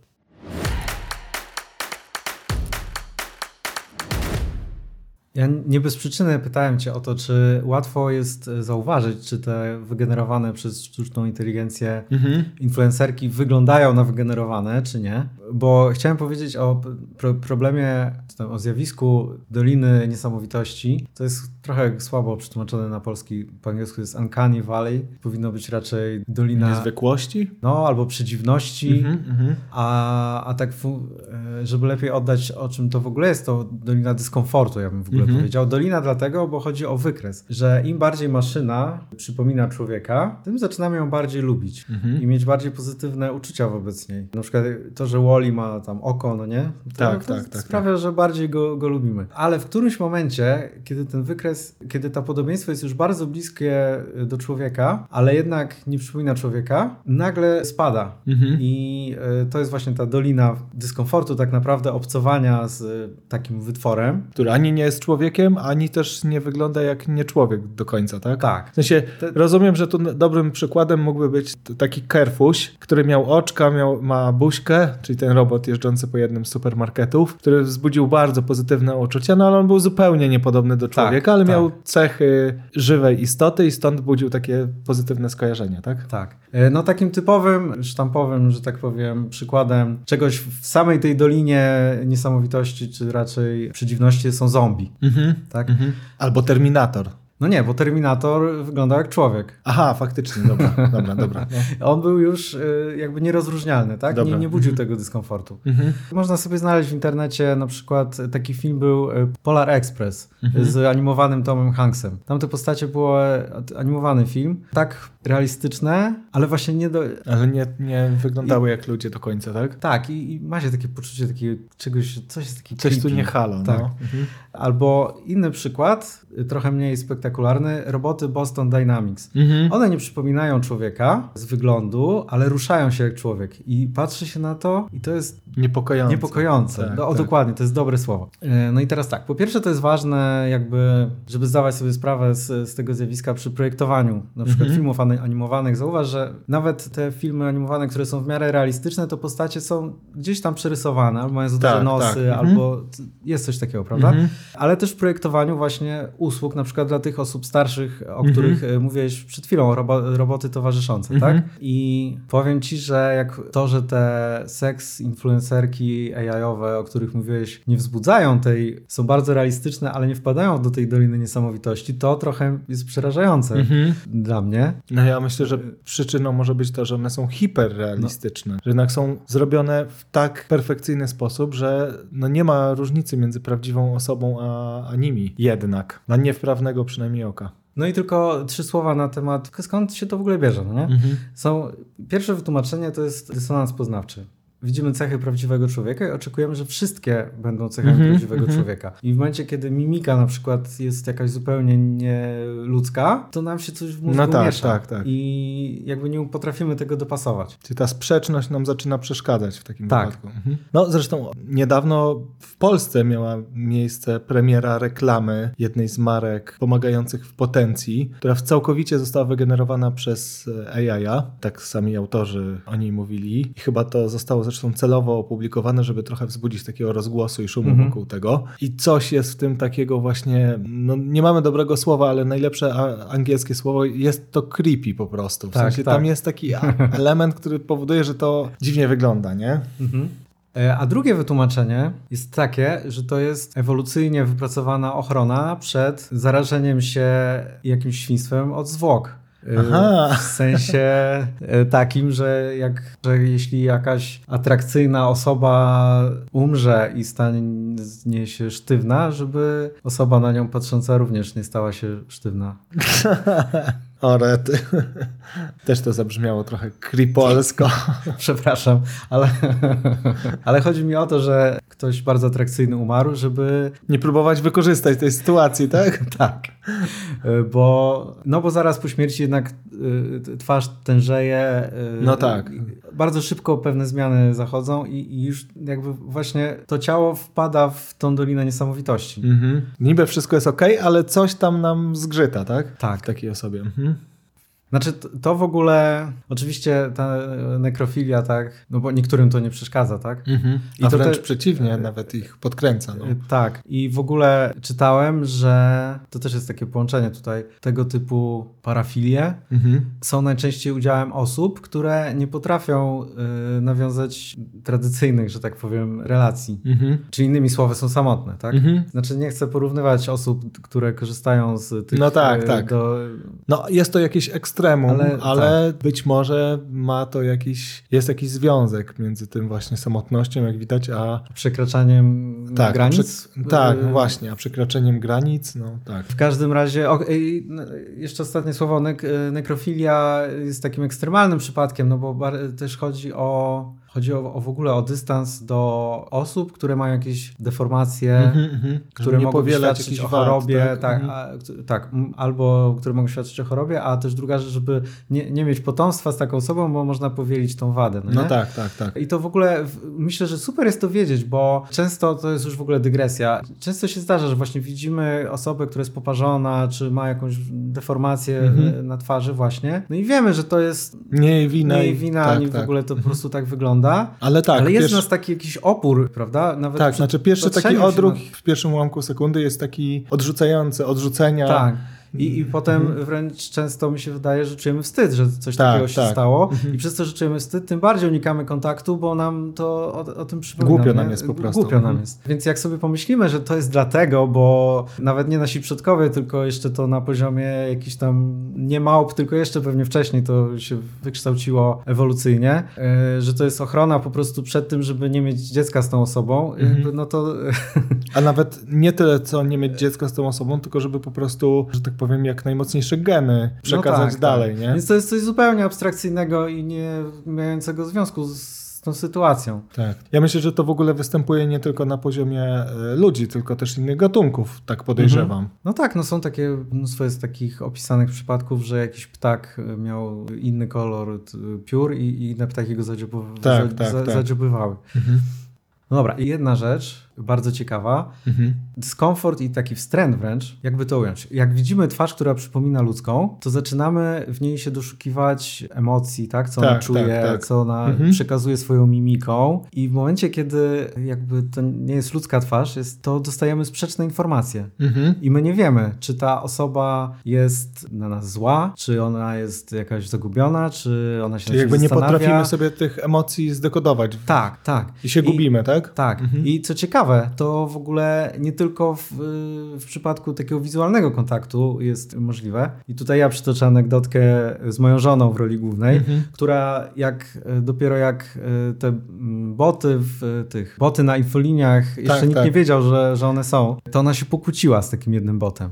Ja nie bez przyczyny pytałem cię o to, czy łatwo jest zauważyć, czy te wygenerowane przez sztuczną inteligencję mhm. influencerki wyglądają na wygenerowane, czy nie. Bo chciałem powiedzieć o pro- problemie, o zjawisku Doliny Niesamowitości. To jest trochę słabo przetłumaczone na polski. Po angielsku to jest Uncanny Valley. Powinno być raczej Dolina... Niezwykłości? No, albo przedziwności. Mhm, mhm. a, a tak, żeby lepiej oddać, o czym to w ogóle jest, to Dolina Dyskomfortu, ja bym w ogóle mhm. powiedział. Dolina dlatego, bo chodzi o wykres, że im bardziej maszyna przypomina człowieka, tym zaczynamy ją bardziej lubić mhm. i mieć bardziej pozytywne uczucia wobec niej. Na przykład to, że Wall-E ma tam oko, no nie? To, tak, to tak, tak. sprawia, tak. że bardziej go, go lubimy. Ale w którymś momencie, kiedy ten wykres, kiedy to podobieństwo jest już bardzo bliskie do człowieka, ale jednak nie przypomina człowieka, nagle spada. Mhm. I y, to jest właśnie ta Dolina Dyskomfortu, tak naprawdę obcowania z y, takim wytworem. Który ani nie jest człowiekiem, ani też nie wygląda jak nie człowiek do końca, tak? Tak. W sensie Te... rozumiem, że tu dobrym przykładem mógłby być taki Kerfuś, który miał oczka, miał, ma buźkę, czyli ten robot jeżdżący po jednym z supermarketów, który wzbudził bardzo pozytywne uczucia, no ale on był zupełnie niepodobny do człowieka, tak, ale tak. miał cechy żywej istoty i stąd budził takie pozytywne skojarzenia, tak? Tak. No takim typowym, sztampowym, że tak powiem, przykładem czegoś w samej tej Dolinie Niesamowitości, czy raczej przedziwności są zombie. Mhm. Tak? Mhm. Albo Terminator. No nie, bo Terminator wyglądał jak człowiek. Aha, faktycznie, dobra, dobra, dobra. No. On był już y, jakby nierozróżnialny, tak? Nie, nie budził tego dyskomfortu. Mhm. Można sobie znaleźć w internecie na przykład taki film był Polar Express mhm. z animowanym Tomem Hanksem. Tam te postacie było animowany film, tak realistyczne, ale właśnie nie do... Ale nie, nie wyglądały I... jak ludzie do końca, tak? Tak, i, i ma się takie poczucie takiego czegoś, coś jest taki Coś creepy. Tu nie halo, tak. no. Mhm. Albo inny przykład, trochę mniej spektakularny, roboty Boston Dynamics. Mhm. One nie przypominają człowieka z wyglądu, ale ruszają się jak człowiek. I patrzy się na to i to jest niepokojące. Niepokojące. Tak, no, o, tak. Dokładnie, to jest dobre słowo. No i teraz tak, po pierwsze to jest ważne jakby, żeby zdawać sobie sprawę z, z tego zjawiska przy projektowaniu na przykład mhm. filmów animowanych. Zauważ, że nawet te filmy animowane, które są w miarę realistyczne, to postacie są gdzieś tam przerysowane, albo mają za duże tak, nosy, tak. albo mhm. jest coś takiego, prawda? Mhm. Ale też w projektowaniu właśnie usług, na przykład dla tych osób starszych, o mhm. których mówiłeś przed chwilą, robo, roboty towarzyszące, mhm. tak? I powiem ci, że jak to, że te seks influencerki A I-owe, o których mówiłeś, nie wzbudzają tej, są bardzo realistyczne, ale nie wpadają do tej Doliny Niesamowitości, to trochę jest przerażające mhm. dla mnie. No ja myślę, że przyczyną może być to, że one są hiperrealistyczne, no. że jednak są zrobione w tak perfekcyjny sposób, że no nie ma różnicy między prawdziwą osobą a, a nimi jednak, na niewprawnego przynajmniej oka. No i tylko trzy słowa na temat, skąd się to w ogóle bierze, no nie? Mhm. Są, pierwsze wytłumaczenie to jest dysonans poznawczy. Widzimy cechy prawdziwego człowieka i oczekujemy, że wszystkie będą cechami mm-hmm, prawdziwego mm-hmm. człowieka. I w momencie, kiedy mimika na przykład jest jakaś zupełnie nieludzka, to nam się coś w mózgu no tak, miesza. Tak, tak. I jakby nie potrafimy tego dopasować. Czyli ta sprzeczność nam zaczyna przeszkadzać w takim tak. wypadku. Mhm. No zresztą niedawno w Polsce miała miejsce premiera reklamy jednej z marek pomagających w potencji, która całkowicie została wygenerowana przez A I-a. Tak sami autorzy o niej mówili. I chyba to zostało zresztą celowo opublikowane, żeby trochę wzbudzić takiego rozgłosu i szumu mhm. wokół tego. I coś jest w tym takiego właśnie, no nie mamy dobrego słowa, ale najlepsze a, angielskie słowo jest to creepy po prostu. W tak, sensie tak. tam jest taki element, który powoduje, że to dziwnie wygląda, nie? Mhm. A drugie wytłumaczenie jest takie, że to jest ewolucyjnie wypracowana ochrona przed zarażeniem się jakimś świństwem od zwłok. Aha. W sensie takim, że, jak, że jeśli jakaś atrakcyjna osoba umrze i stanie się sztywna, żeby osoba na nią patrząca również nie stała się sztywna. O rety. Też to zabrzmiało trochę kripolsko. Przepraszam, ale, ale chodzi mi o to, że ktoś bardzo atrakcyjny umarł, żeby... Nie próbować wykorzystać tej sytuacji, tak? Tak. Bo, no bo zaraz po śmierci jednak y, twarz tężeje. Y, no tak. Bardzo szybko pewne zmiany zachodzą i, i już jakby właśnie to ciało wpada w tą dolinę niesamowitości. Mhm. Niby wszystko jest okej, ale coś tam nam zgrzyta, tak? Tak. W takiej osobie. Mhm. Znaczy to w ogóle, oczywiście ta nekrofilia, tak, no bo niektórym to nie przeszkadza, tak? Mhm. I A to wręcz te... przeciwnie, nawet ich podkręca. No. Tak. I w ogóle czytałem, że to też jest takie połączenie tutaj, tego typu parafilie mhm. są najczęściej udziałem osób, które nie potrafią y, nawiązać tradycyjnych, że tak powiem, relacji. Mhm. Czy innymi słowy są samotne, tak? Mhm. Znaczy nie chcę porównywać osób, które korzystają z tych... No tak, y, tak. Do... No jest to jakiś ekstremum, ale, ale tak. Być może ma to jakiś, jest jakiś związek między tym właśnie samotnością, jak widać, a... Przekraczaniem tak, granic? Przy... Tak, y... właśnie, a przekraczeniem granic, no tak. W każdym razie, o, jeszcze ostatnie słowo, nek nekrofilia jest takim ekstremalnym przypadkiem, no bo też chodzi o Chodzi o, o w ogóle o dystans do osób, które mają jakieś deformacje, mm -hmm, które mogą świadczyć o chorobie, wad, tak, tak, a, tak, albo które mogą świadczyć o chorobie, a też druga rzecz, żeby nie, nie mieć potomstwa z taką osobą, bo można powielić tą wadę. No, no nie? tak, tak, tak. I to w ogóle myślę, że super jest to wiedzieć, bo często to jest już w ogóle dygresja. Często się zdarza, że właśnie widzimy osobę, która jest poparzona, czy ma jakąś deformację mm -hmm. na twarzy właśnie. No i wiemy, że to jest nie jej wina, nie jej wina tak, ani tak. w ogóle to po prostu tak wygląda. Ale tak. Ale jest pierwszy... w nas taki jakiś opór, prawda? Nawet tak, znaczy pierwszy taki odruch na... w pierwszym ułamku sekundy jest taki odrzucający, odrzucenia. Tak. I, I potem mhm. wręcz często mi się wydaje, że czujemy wstyd, że coś tak, takiego się tak. stało mhm. i przez to, że czujemy wstyd, tym bardziej unikamy kontaktu, bo nam to o, o tym przypomina. Głupio nie? nam jest po prostu. Głupio mhm. nam jest. Więc jak sobie pomyślimy, że to jest dlatego, bo nawet nie nasi przodkowie, tylko jeszcze to na poziomie jakiś tam nie małp, tylko jeszcze pewnie wcześniej to się wykształciło ewolucyjnie, yy, że to jest ochrona po prostu przed tym, żeby nie mieć dziecka z tą osobą, mhm. jakby no to... A nawet nie tyle, co nie mieć dziecka z tą osobą, tylko żeby po prostu, że tak powiem, jak najmocniej geny przekazać no tak, dalej, tak. nie? Więc to jest coś zupełnie abstrakcyjnego i nie mającego związku z tą sytuacją. Tak. Ja myślę, że to w ogóle występuje nie tylko na poziomie ludzi, tylko też innych gatunków, tak podejrzewam. Mhm. No tak, no są takie, mnóstwo jest takich opisanych przypadków, że jakiś ptak miał inny kolor piór i, i inne ptaki go zadziobu- tak, za, tak, za, tak. zadziobywały. Mhm. No dobra, i jedna rzecz bardzo ciekawa. Mhm. Dyskomfort i taki wstręt wręcz, jakby to ująć. Jak widzimy twarz, która przypomina ludzką, to zaczynamy w niej się doszukiwać emocji, tak? Co tak, ona czuje, tak, tak. co ona mhm. przekazuje swoją mimiką i w momencie, kiedy jakby to nie jest ludzka twarz, jest, to dostajemy sprzeczne informacje. Mhm. I my nie wiemy, czy ta osoba jest na nas zła, czy ona jest jakaś zagubiona, czy ona się Czyli jakby nie zastanawia. potrafimy sobie tych emocji zdekodować. Tak, tak. I się I, gubimy, tak? Tak. Mhm. I co ciekawe, to w ogóle nie tylko w, w przypadku takiego wizualnego kontaktu jest możliwe. I tutaj ja przytoczę anegdotkę z moją żoną w roli głównej, mhm. która jak dopiero jak te boty w tych boty na infoliniach, jeszcze tak, nikt tak. nie wiedział, że, że one są, to ona się pokłóciła z takim jednym botem.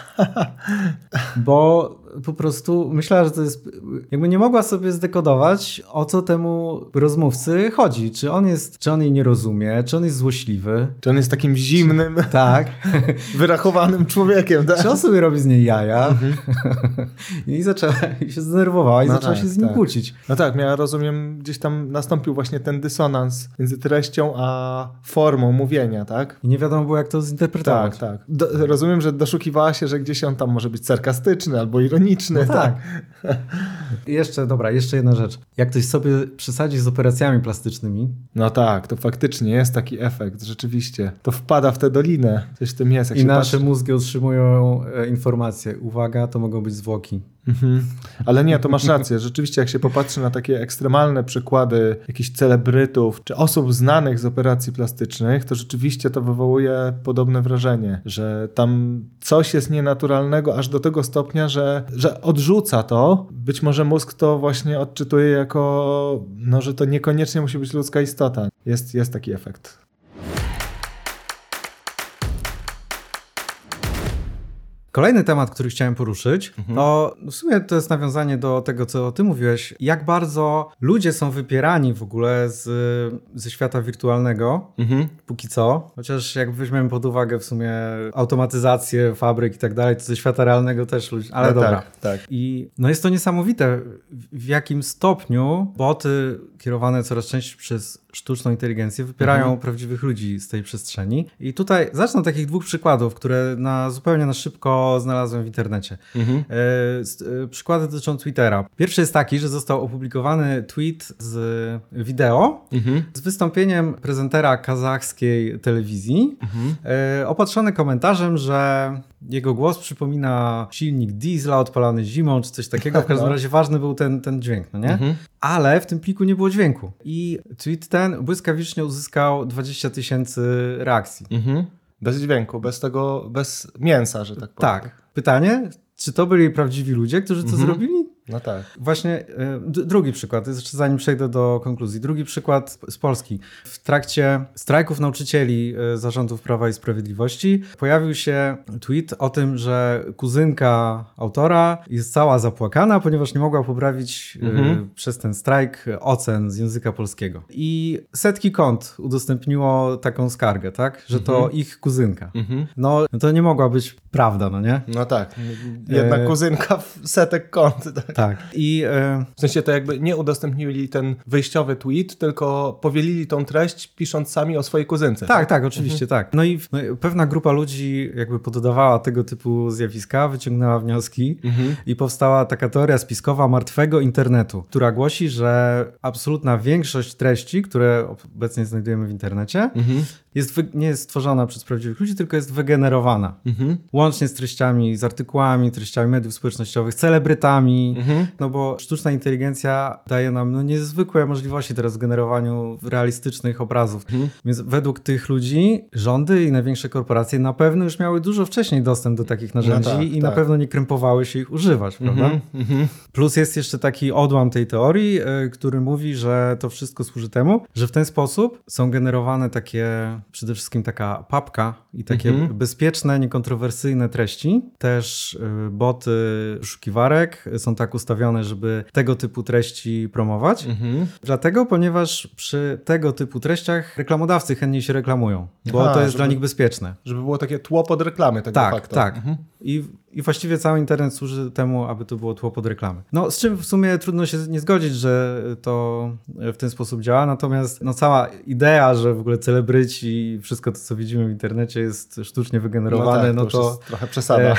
Bo po prostu myślała, że to jest... Jakby nie mogła sobie zdekodować, o co temu rozmówcy chodzi. Czy on jest, czy on jej nie rozumie, czy on jest złośliwy. Czy on jest takim zimnym, czy, tak. wyrachowanym człowiekiem. Tak? Czy on sobie robi z niej jaja. Mhm. I zaczęła, i się zdenerwowała i no zaczęła tak, się z nim tak. kłócić. No tak, ja rozumiem, gdzieś tam nastąpił właśnie ten dysonans między treścią a formą mówienia, tak? I nie wiadomo było, jak to zinterpretować. Tak, tak. Do, rozumiem, że doszukiwała się, że gdzieś on tam może być sarkastyczny albo ironiczny. No tak. tak. Jeszcze, dobra, jeszcze jedna rzecz. Jak ktoś sobie przesadzi z operacjami plastycznymi. No tak, to faktycznie jest taki efekt, rzeczywiście. To wpada w tę dolinę. Coś w tym jest. Jak I się nasze patrzy... mózgi otrzymują e, informacje. Uwaga, to mogą być zwłoki. Mhm. Ale nie, to masz rację. Rzeczywiście jak się popatrzy na takie ekstremalne przykłady jakichś celebrytów czy osób znanych z operacji plastycznych, to rzeczywiście to wywołuje podobne wrażenie, że tam coś jest nienaturalnego aż do tego stopnia, że, że odrzuca to. Być może mózg to właśnie odczytuje jako, no, że to niekoniecznie musi być ludzka istota. Jest, jest taki efekt. Kolejny temat, który chciałem poruszyć, mhm. to w sumie to jest nawiązanie do tego, co ty mówiłeś, jak bardzo ludzie są wypierani w ogóle z, ze świata wirtualnego, mhm. póki co, chociaż jak weźmiemy pod uwagę w sumie automatyzację fabryk i tak dalej, to ze świata realnego też ludzie, ale no dobra. Tak, tak. I no jest to niesamowite, w jakim stopniu boty kierowane coraz częściej przez sztuczną inteligencję wypierają mhm. prawdziwych ludzi z tej przestrzeni. I tutaj zacznę od takich dwóch przykładów, które na zupełnie na szybko znalazłem w internecie. Mhm. E, e, przykłady dotyczą Twittera. Pierwszy jest taki, że został opublikowany tweet z wideo mhm. z wystąpieniem prezentera kazachskiej telewizji, mhm. e, opatrzony komentarzem, że jego głos przypomina silnik diesla odpalany zimą, czy coś takiego. W każdym razie ważny był ten, ten dźwięk, no nie? Mhm. Ale w tym pliku nie było dźwięku. I tweet ten błyskawicznie uzyskał dwadzieścia tysięcy reakcji. Mhm. Bez dźwięku, bez tego, bez mięsa, że tak powiem. Tak. Pytanie, czy to byli prawdziwi ludzie, którzy to mhm. zrobili? No tak. Właśnie d- drugi przykład, jeszcze zanim przejdę do konkluzji. Drugi przykład z Polski. W trakcie strajków nauczycieli zarządów Prawa i Sprawiedliwości pojawił się tweet o tym, że kuzynka autora jest cała zapłakana, ponieważ nie mogła poprawić mhm. y, przez ten strajk ocen z języka polskiego. I setki kont udostępniło taką skargę, tak? Że to mhm. ich kuzynka. Mhm. No to nie mogła być prawda, no nie? No tak. Jedna e... kuzynka w setek kont. Tak. Tak. I, e... W sensie to jakby nie udostępnili ten wyjściowy tweet, tylko powielili tą treść, pisząc sami o swojej kuzynce. Tak, tak, tak oczywiście mhm. tak. No i no, pewna grupa ludzi jakby poddawała tego typu zjawiska, wyciągnęła wnioski mhm. i powstała taka teoria spiskowa martwego internetu, która głosi, że absolutna większość treści, które obecnie znajdujemy w internecie, mhm. jest wy... nie jest stworzona przez prawdziwych ludzi, tylko jest wygenerowana. Mhm. Łącznie z treściami, z artykułami, treściami mediów społecznościowych, celebrytami, mhm. no bo sztuczna inteligencja daje nam no, niezwykłe możliwości teraz w generowaniu realistycznych obrazów. Mhm. Więc według tych ludzi rządy i największe korporacje na pewno już miały dużo wcześniej dostęp do takich narzędzi no tak, i tak. na pewno nie krępowały się ich używać, prawda? Mhm. Mhm. Plus jest jeszcze taki odłam tej teorii, yy, który mówi, że to wszystko służy temu, że w ten sposób są generowane takie, przede wszystkim taka papka i takie mhm. bezpieczne, niekontrowersyjne treści. Też yy, boty wyszukiwarek są tak ustawione, żeby tego typu treści promować. Mhm. Dlatego, ponieważ przy tego typu treściach reklamodawcy chętnie się reklamują, bo Aha, to jest żeby, dla nich bezpieczne. Żeby było takie tło pod reklamy tego tak, faktu. Tak, tak. Mhm. I, I właściwie cały internet służy temu, aby to było tło pod reklamy. No z czym w sumie trudno się nie zgodzić, że to w ten sposób działa, natomiast no, cała idea, że w ogóle celebryci i wszystko to, co widzimy w internecie jest sztucznie wygenerowane, no, tak, to... no to jest trochę przesada.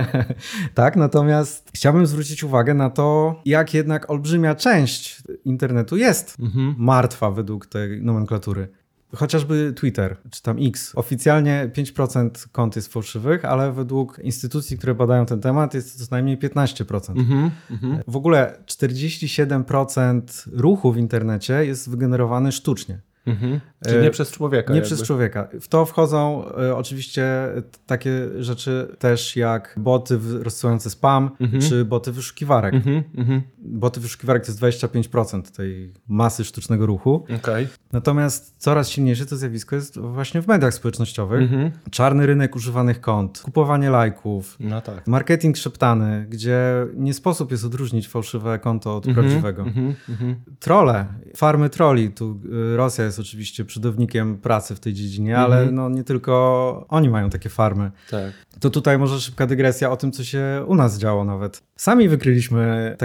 Tak, natomiast chciałbym zwrócić uwagę na to, jak jednak olbrzymia część internetu jest mhm. martwa według tej nomenklatury. Chociażby Twitter, czy tam X. Oficjalnie pięć procent kont jest fałszywych, ale według instytucji, które badają ten temat, jest to co najmniej piętnaście procent. Mm-hmm, mm-hmm. W ogóle czterdzieści siedem procent ruchu w internecie jest wygenerowany sztucznie. Mhm. Czyli nie przez człowieka. Nie jakby. przez człowieka. W to wchodzą e, oczywiście takie rzeczy też jak boty rozsyłające spam, mhm. czy boty wyszukiwarek. Mhm. Mhm. Boty wyszukiwarek to jest dwadzieścia pięć procent tej masy sztucznego ruchu. Okay. Natomiast coraz silniejsze to zjawisko jest właśnie w mediach społecznościowych. Mhm. Czarny rynek używanych kont, kupowanie lajków, no tak. marketing szeptany, gdzie nie sposób jest odróżnić fałszywe konto od mhm. prawdziwego. Mhm. Mhm. Trolle, farmy troli. Tu Rosja jest oczywiście przodownikiem pracy w tej dziedzinie, mhm. ale no nie tylko oni mają takie farmy. Tak. To tutaj może szybka dygresja o tym, co się u nas działo nawet. Sami wykryliśmy takie konta,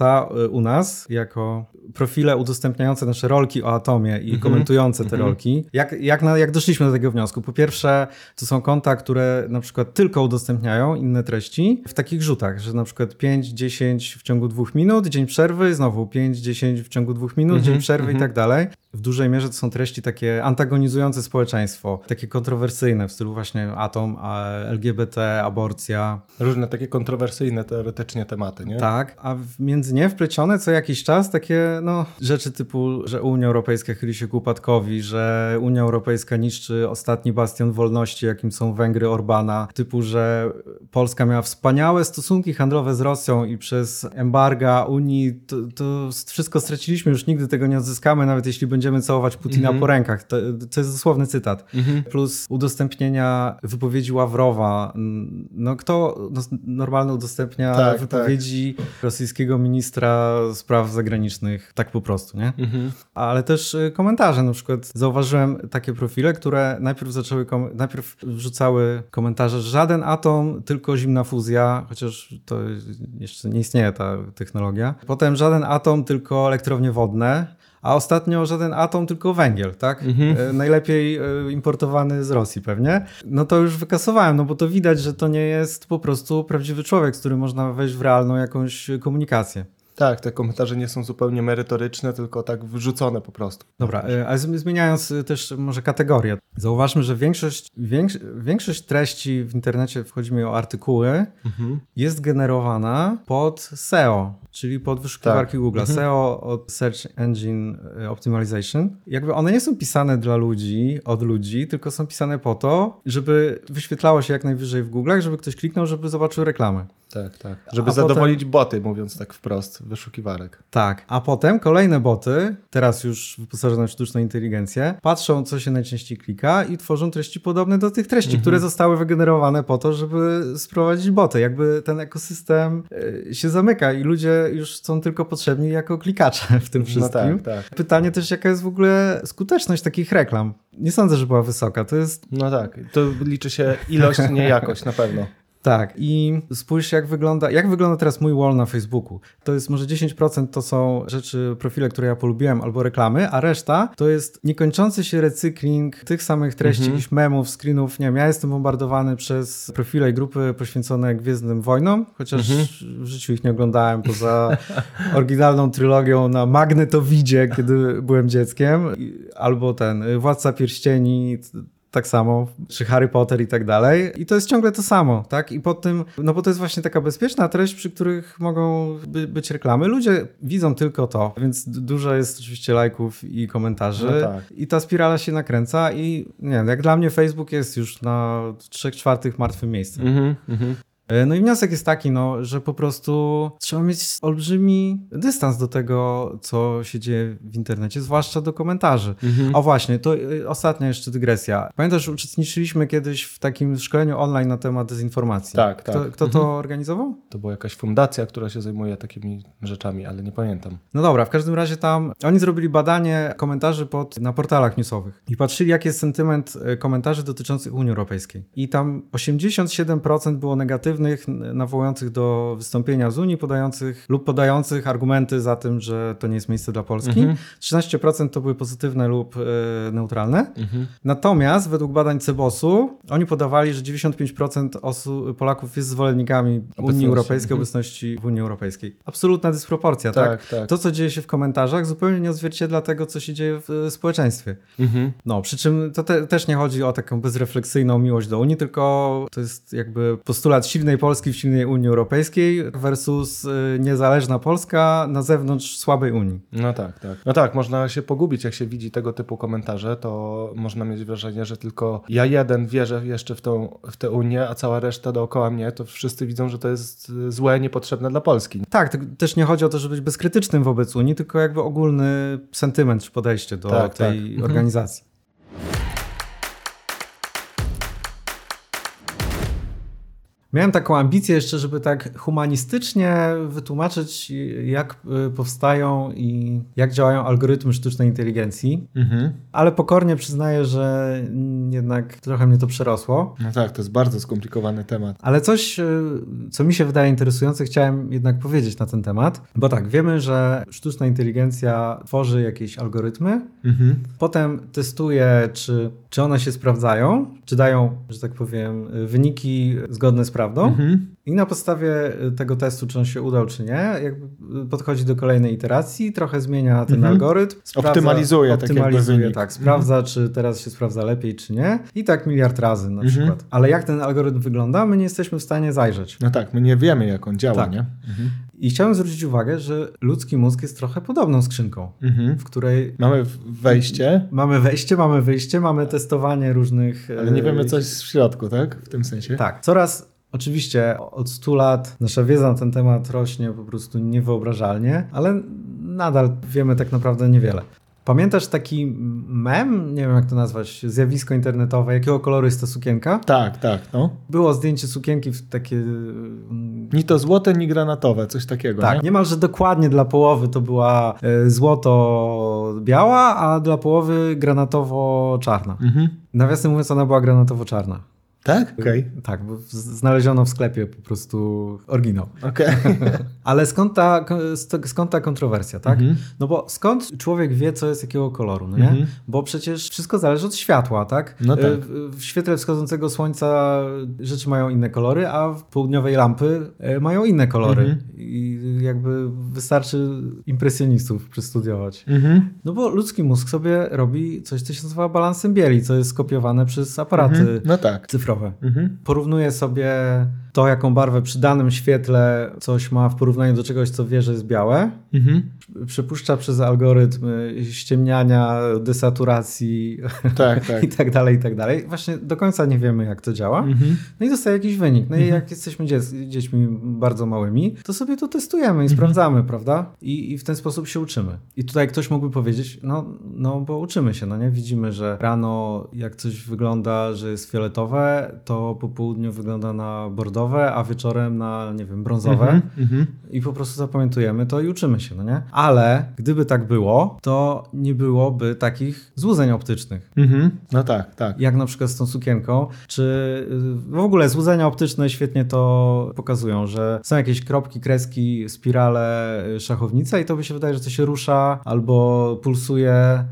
temata u nas jako profile udostępniające nasze rolki o atomie i mm-hmm. komentujące te mm-hmm. rolki. Jak, jak, na, jak doszliśmy do tego wniosku? Po pierwsze, to są konta, które na przykład tylko udostępniają inne treści w takich rzutach, że na przykład pięć dziesięć w ciągu dwóch minut, dzień przerwy, znowu pięć dziesięć w ciągu dwóch minut, mm-hmm. dzień przerwy mm-hmm. i tak dalej. W dużej mierze to są treści takie antagonizujące społeczeństwo, takie kontrowersyjne w stylu właśnie atom, L G B T, aborcja. Różne takie kontrowersyjne teoretycznie tematy, nie? Tak, a między nie wplecione co jakiś czas takie no, rzeczy typu, że Unia Europejska chyli się ku upadkowi, że Unia Europejska niszczy ostatni bastion wolności, jakim są Węgry Orbana, typu, że Polska miała wspaniałe stosunki handlowe z Rosją i przez embarga Unii to, to wszystko straciliśmy, już nigdy tego nie odzyskamy, nawet jeśli będziemy całować Putina mm-hmm. po rękach. To, to jest dosłowny cytat. Mm-hmm. Plus udostępnienia wypowiedzi Ławrowa. No kto no, normalnie udostępnia tak, wypowiedzi tak. rosyjskiego ministra spraw zagranicznych tak po prostu, nie? Mm-hmm. Ale też komentarze. Na przykład zauważyłem takie profile, które najpierw zaczęły, kom- najpierw wrzucały komentarze, że żaden atom, tylko zimna fuzja, chociaż to jeszcze nie istnieje ta technologia. Potem żaden atom, tylko elektrownie wodne. A ostatnio żaden atom, tylko węgiel, tak? Mhm. E, najlepiej e, importowany z Rosji pewnie. No to już wykasowałem, no bo to widać, że to nie jest po prostu prawdziwy człowiek, z którym można wejść w realną jakąś komunikację. Tak, te komentarze nie są zupełnie merytoryczne, tylko tak wrzucone po prostu. Dobra, a zmieniając też może kategorię. Zauważmy, że większość, większość, większość treści w internecie, chodzi mi o artykuły, mhm. jest generowana pod S E O, czyli pod wyszukiwarki tak. Google. Mhm. S E O od Search Engine Optimization. Jakby one nie są pisane dla ludzi, od ludzi, tylko są pisane po to, żeby wyświetlało się jak najwyżej w Google'ach, żeby ktoś kliknął, żeby zobaczył reklamę. Tak, tak. Żeby a zadowolić potem... boty, mówiąc tak wprost, wyszukiwarek. Tak. A potem kolejne boty, teraz już wyposażone w sztuczną inteligencję, patrzą, co się najczęściej klika i tworzą treści podobne do tych treści, mhm. które zostały wygenerowane po to, żeby sprowadzić boty. Jakby ten ekosystem się zamyka i ludzie już są tylko potrzebni jako klikacze w tym wszystkim. No tak, tak. Pytanie też, jaka jest w ogóle skuteczność takich reklam. Nie sądzę, że była wysoka. To jest... No tak. To liczy się ilość, nie jakość na pewno. Tak i spójrz jak wygląda, jak wygląda teraz mój wall na Facebooku. To jest może dziesięć procent to są rzeczy, profile, które ja polubiłem albo reklamy, a reszta to jest niekończący się recykling tych samych treści, mm-hmm. jakichś memów, screenów. Nie wiem, ja jestem bombardowany przez profile i grupy poświęcone Gwiezdnym Wojnom, chociaż mm-hmm. w życiu ich nie oglądałem poza oryginalną trylogią na magnetowidzie, kiedy byłem dzieckiem. Albo ten Władca Pierścieni, tak samo, czy Harry Potter i tak dalej. I to jest ciągle to samo, tak? I po tym, no bo to jest właśnie taka bezpieczna treść, przy których mogą by, być reklamy. Ludzie widzą tylko to, więc dużo jest oczywiście lajków i komentarzy. No tak. I ta spirala się nakręca i nie wiem, jak dla mnie Facebook jest już na trzech czwartych martwym miejscem. Mhm, mhm. No i wniosek jest taki, no, że po prostu trzeba mieć olbrzymi dystans do tego, co się dzieje w internecie, zwłaszcza do komentarzy. Mhm. O właśnie, to ostatnia jeszcze dygresja. Pamiętasz, uczestniczyliśmy kiedyś w takim szkoleniu online na temat dezinformacji. Tak, tak. Kto, kto mhm. to organizował? To była jakaś fundacja, która się zajmuje takimi rzeczami, ale nie pamiętam. No dobra, w każdym razie tam oni zrobili badanie komentarzy pod, na portalach newsowych i patrzyli, jaki jest sentyment komentarzy dotyczących Unii Europejskiej. I tam osiemdziesiąt siedem procent było negatywnych, nawołujących do wystąpienia z Unii, podających lub podających argumenty za tym, że to nie jest miejsce dla Polski. Mhm. trzynaście procent to były pozytywne lub e, neutralne. Mhm. Natomiast według badań Cebosu oni podawali, że dziewięćdziesiąt pięć procent osób, Polaków jest zwolennikami obecności. Unii Europejskiej, mhm. obecności w Unii Europejskiej. Absolutna dysproporcja, tak, tak? tak? To, co dzieje się w komentarzach, zupełnie nie odzwierciedla tego, co się dzieje w społeczeństwie. Mhm. No, przy czym to te, też nie chodzi o taką bezrefleksyjną miłość do Unii, tylko to jest jakby postulat silnej Polski w silnej Unii Europejskiej versus y, niezależna Polska na zewnątrz słabej Unii. No tak, tak. No tak, można się pogubić, jak się widzi tego typu komentarze, to można mieć wrażenie, że tylko ja jeden wierzę jeszcze w, tą, w tę Unię, a cała reszta dookoła mnie, to wszyscy widzą, że to jest złe, niepotrzebne dla Polski. Tak, to też nie chodzi o to, żeby być bezkrytycznym wobec Unii, tylko jakby ogólny sentyment czy podejście do tak, tej tak. organizacji. Miałem taką ambicję jeszcze, żeby tak humanistycznie wytłumaczyć, jak powstają i jak działają algorytmy sztucznej inteligencji, mhm. ale pokornie przyznaję, że jednak trochę mnie to przerosło. No tak, to jest bardzo skomplikowany temat. Ale coś, co mi się wydaje interesujące, chciałem jednak powiedzieć na ten temat, bo tak, wiemy, że sztuczna inteligencja tworzy jakieś algorytmy, mhm. potem testuje, czy, czy one się sprawdzają, czy dają, że tak powiem, wyniki zgodne z prawdą mhm. i na podstawie tego testu, czy on się udał, czy nie, jakby podchodzi do kolejnej iteracji, trochę zmienia ten mhm. algorytm, sprawdza, optymalizuje, optymalizuje tak, tak sprawdza, mhm. czy teraz się sprawdza lepiej, czy nie i tak miliard razy na mhm. przykład. Ale jak ten algorytm wygląda, my nie jesteśmy w stanie zajrzeć. No tak, my nie wiemy, jak on działa, tak. nie? Mhm. I chciałem zwrócić uwagę, że ludzki mózg jest trochę podobną skrzynką, mhm. w której... Mamy wejście. Mamy wejście, mamy wyjście, mamy testowanie różnych... Ale nie wiemy, co jest w środku, tak? W tym sensie? Tak. Coraz, oczywiście od stu lat nasza wiedza na ten temat rośnie po prostu niewyobrażalnie, ale nadal wiemy tak naprawdę niewiele. Pamiętasz taki mem, nie wiem jak to nazwać, zjawisko internetowe, jakiego koloru jest ta sukienka? Tak, tak, no. Było zdjęcie sukienki w takie... Ni to złote, ni granatowe, coś takiego, tak, nie? Niemalże dokładnie dla połowy to była złoto-biała, a dla połowy granatowo-czarna. Mhm. Nawiasem mówiąc, ona była granatowo-czarna. Tak? Okej. Okay. Tak, bo znaleziono w sklepie po prostu oryginał. Okej. Okay. Ale skąd ta, skąd ta kontrowersja, tak? Mm-hmm. No bo skąd człowiek wie, co jest jakiego koloru, no nie? Mm-hmm. Bo przecież wszystko zależy od światła, tak? No tak. W świetle wschodzącego słońca rzeczy mają inne kolory, a w południowej lampy mają inne kolory. Mm-hmm. I jakby wystarczy impresjonistów przestudiować. Mm-hmm. No bo ludzki mózg sobie robi coś, co się nazywa balansem bieli, co jest skopiowane przez aparaty mm-hmm. no tak. cyfrowe. Mhm. Porównuje sobie to, jaką barwę przy danym świetle coś ma w porównaniu do czegoś, co wie, że jest białe. Mhm. Przepuszcza przez algorytm ściemniania, desaturacji tak, tak. i tak dalej, i tak dalej. Właśnie do końca nie wiemy, jak to działa. Mhm. No i dostaje jakiś wynik. No mhm. i jak jesteśmy dzie- dziećmi bardzo małymi, to sobie to testujemy i mhm. sprawdzamy, prawda? I, I w ten sposób się uczymy. I tutaj ktoś mógłby powiedzieć, no, no bo uczymy się, no nie? Widzimy, że rano jak coś wygląda, że jest fioletowe, to po południu wygląda na bordowe, a wieczorem na, nie wiem, brązowe mm-hmm. i po prostu zapamiętujemy to i uczymy się, no nie? Ale gdyby tak było, to nie byłoby takich złudzeń optycznych. Mm-hmm. No tak, tak. Jak na przykład z tą sukienką, czy w ogóle złudzenia optyczne świetnie to pokazują, że są jakieś kropki, kreski, spirale, szachownice i to by się wydaje, że to się rusza albo pulsuje,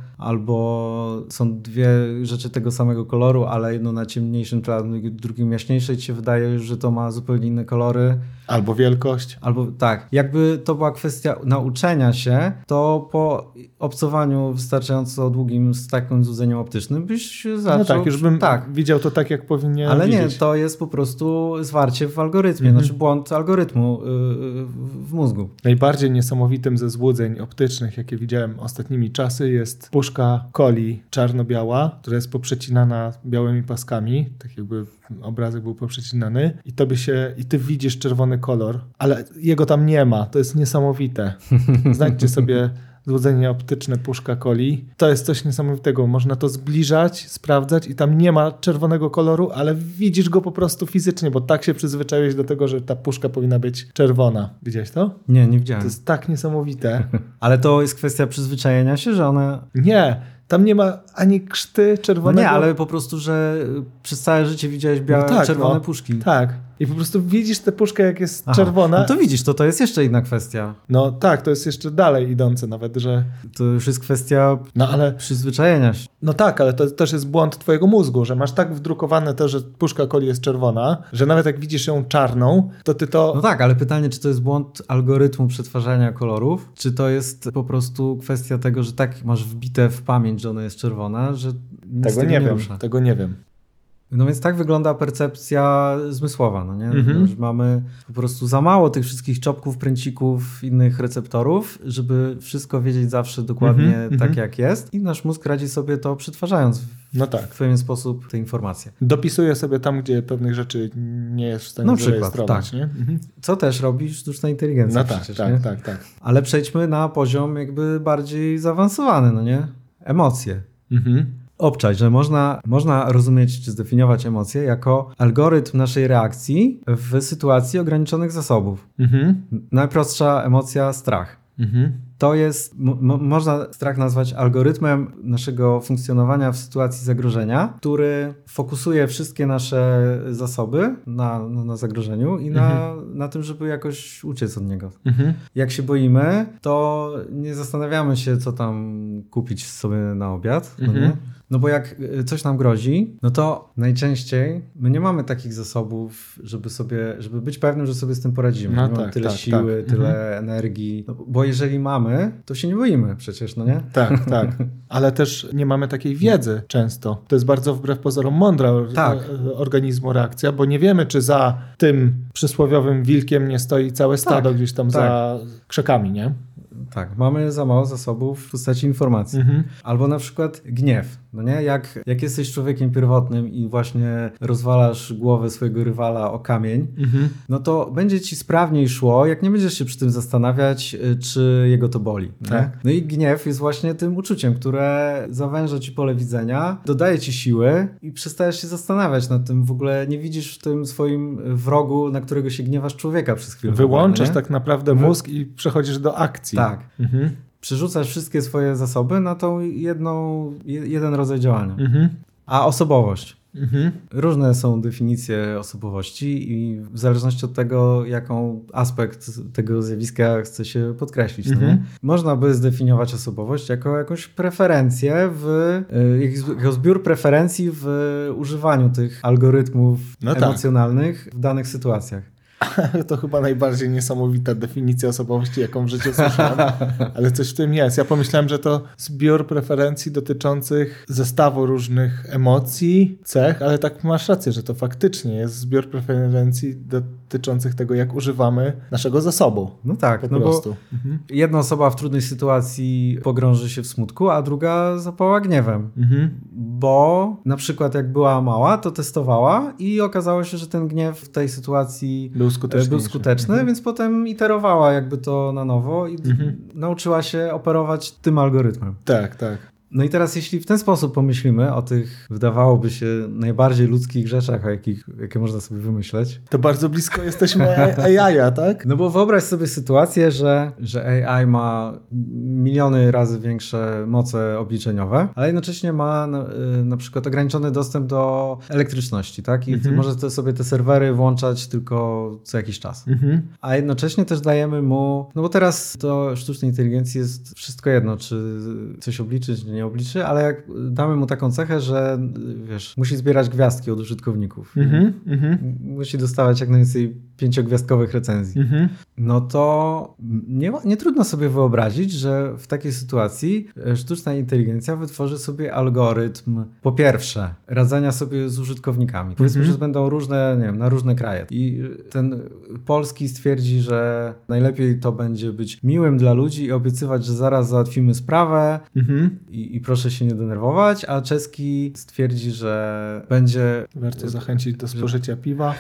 albo są dwie rzeczy tego samego koloru, ale jedno na ciemniejszym tle, drugim jaśniejsze i ci się wydaje, że to ma zupełnie inne kolory. Albo wielkość. Albo tak. Jakby to była kwestia nauczenia się, to po obcowaniu wystarczająco długim z takim złudzeniem optycznym byś zaczął... No tak, już bym tak. widział to tak, jak powinien Ale widzieć. nie, to jest po prostu zwarcie w algorytmie, mhm. znaczy błąd algorytmu yy, w mózgu. Najbardziej niesamowitym ze złudzeń optycznych, jakie widziałem ostatnimi czasy, jest puszka coli czarno-biała, która jest poprzecinana białymi paskami, tak jakby obrazek był poprzecinany i tobie się, i ty widzisz czerwony kolor, ale jego tam nie ma. To jest niesamowite. Znajdźcie sobie złudzenie optyczne puszka coli. To jest coś niesamowitego. Można to zbliżać, sprawdzać i tam nie ma czerwonego koloru, ale widzisz go po prostu fizycznie, bo tak się przyzwyczaiłeś do tego, że ta puszka powinna być czerwona. Widziałeś to? Nie, nie widziałem. To jest tak niesamowite. Ale to jest kwestia przyzwyczajenia się, że one... Nie. Tam nie ma ani krzty czerwonego. No nie, ale po prostu, że przez całe życie widziałeś białe, no tak, czerwone no. puszki. Tak. I po prostu widzisz tę puszkę, jak jest Aha. czerwona. No to widzisz, to to jest jeszcze inna kwestia. No tak, to jest jeszcze dalej idące nawet, że... To już jest kwestia no, ale... przyzwyczajenia się. No tak, ale to też jest błąd twojego mózgu, że masz tak wdrukowane to, że puszka coli jest czerwona, że nawet jak widzisz ją czarną, to ty to... No tak, ale pytanie, czy to jest błąd algorytmu przetwarzania kolorów, czy to jest po prostu kwestia tego, że tak masz wbite w pamięć, że ona jest czerwona, że nic tego, tego nie nie wiem, rusza. Tego nie wiem. No więc tak wygląda percepcja zmysłowa, no nie? Mm-hmm. Że mamy po prostu za mało tych wszystkich czopków, pręcików, innych receptorów, żeby wszystko wiedzieć zawsze dokładnie mm-hmm. tak jak jest i nasz mózg radzi sobie to przetwarzając w, no tak. w pewien sposób te informacje. Dopisuje sobie tam, gdzie pewnych rzeczy nie jest w stanie no zarejestrować. Tak. Nie? Mm-hmm. Co też robi sztuczna inteligencja no przecież, tak, nie? tak, tak, tak. Ale przejdźmy na poziom jakby bardziej zaawansowany, no nie? Emocje. Mhm. obczaj, że można, można rozumieć czy zdefiniować emocje jako algorytm naszej reakcji w sytuacji ograniczonych zasobów. Mhm. Najprostsza emocja strach. Mhm. To jest, mo- można strach nazwać algorytmem naszego funkcjonowania w sytuacji zagrożenia, który fokusuje wszystkie nasze zasoby na, na, na zagrożeniu i na, mhm. na tym, żeby jakoś uciec od niego. Mhm. Jak się boimy, to nie zastanawiamy się, co tam kupić sobie na obiad. Mhm. No nie? No bo jak coś nam grozi, no to najczęściej my nie mamy takich zasobów, żeby sobie, żeby być pewnym, że sobie z tym poradzimy. No nie tak, mamy tyle tak, siły, tak. tyle mhm. energii. No bo jeżeli mamy, to się nie boimy przecież, no nie? Tak, tak. Ale też nie mamy takiej wiedzy często. To jest bardzo wbrew pozorom mądra tak. organizmu reakcja, bo nie wiemy, czy za tym przysłowiowym wilkiem nie stoi całe stado tak, gdzieś tam tak. za krzakami, nie? Tak, mamy za mało zasobów w postaci informacji. Mhm. Albo na przykład gniew. No nie? Jak, jak jesteś człowiekiem pierwotnym i właśnie rozwalasz głowę swojego rywala o kamień, mhm. no to będzie ci sprawniej szło, jak nie będziesz się przy tym zastanawiać, czy jego to boli. Tak. No i gniew jest właśnie tym uczuciem, które zawęża ci pole widzenia, dodaje ci siły i przestajesz się zastanawiać nad tym. W ogóle nie widzisz w tym swoim wrogu, na którego się gniewasz, człowieka przez chwilę. Wyłączasz tak naprawdę mózg i przechodzisz do akcji. Tak. Mhm. Przerzucasz wszystkie swoje zasoby na tą jedną, jeden rodzaj działania. Mhm. A osobowość. Mhm. Różne są definicje osobowości i w zależności od tego, jaką aspekt tego zjawiska chce się podkreślić. Mhm. No nie? Można by zdefiniować osobowość jako jakąś preferencję, w, jako zbiór preferencji w używaniu tych algorytmów no emocjonalnych tak. w danych sytuacjach. To chyba najbardziej niesamowita definicja osobowości, jaką w życiu słyszałem, ale coś w tym jest. Ja pomyślałem, że to zbiór preferencji dotyczących zestawu różnych emocji, cech, ale tak masz rację, że to faktycznie jest zbiór preferencji dotyczących tego, jak używamy naszego zasobu. No tak, po no prostu. Bo mhm. jedna osoba w trudnej sytuacji pogrąży się w smutku, a druga zapała gniewem. Mhm. Bo na przykład jak była mała, to testowała i okazało się, że ten gniew w tej sytuacji był był skuteczny, mhm. więc potem iterowała jakby to na nowo i mhm. nauczyła się operować tym algorytmem. Tak, tak. No i teraz jeśli w ten sposób pomyślimy o tych, wydawałoby się, najbardziej ludzkich rzeczach, jakich, jakie można sobie wymyśleć. To bardzo blisko jesteśmy A I, tak? No bo wyobraź sobie sytuację, że, że A I ma miliony razy większe moce obliczeniowe, ale jednocześnie ma na, na przykład ograniczony dostęp do elektryczności, tak? I mhm. może te, sobie te serwery włączać tylko co jakiś czas. Mhm. A jednocześnie też dajemy mu, no bo teraz to sztucznej inteligencji jest wszystko jedno, czy coś obliczyć, nie obliczy, ale jak damy mu taką cechę, że wiesz, musi zbierać gwiazdki od użytkowników. Mm-hmm, mm-hmm. Musi dostawać jak najwięcej pięciogwiazdkowych recenzji. Mm-hmm. No to nie, nie trudno sobie wyobrazić, że w takiej sytuacji sztuczna inteligencja wytworzy sobie algorytm, po pierwsze, radzenia sobie z użytkownikami. Powiedzmy, mm-hmm. że będą różne, nie wiem, na różne kraje. I ten polski stwierdzi, że najlepiej to będzie być miłym dla ludzi i obiecywać, że zaraz załatwimy sprawę mm-hmm. i, i proszę się nie denerwować, a czeski stwierdzi, że będzie... Warto zachęcić do spożycia że... piwa.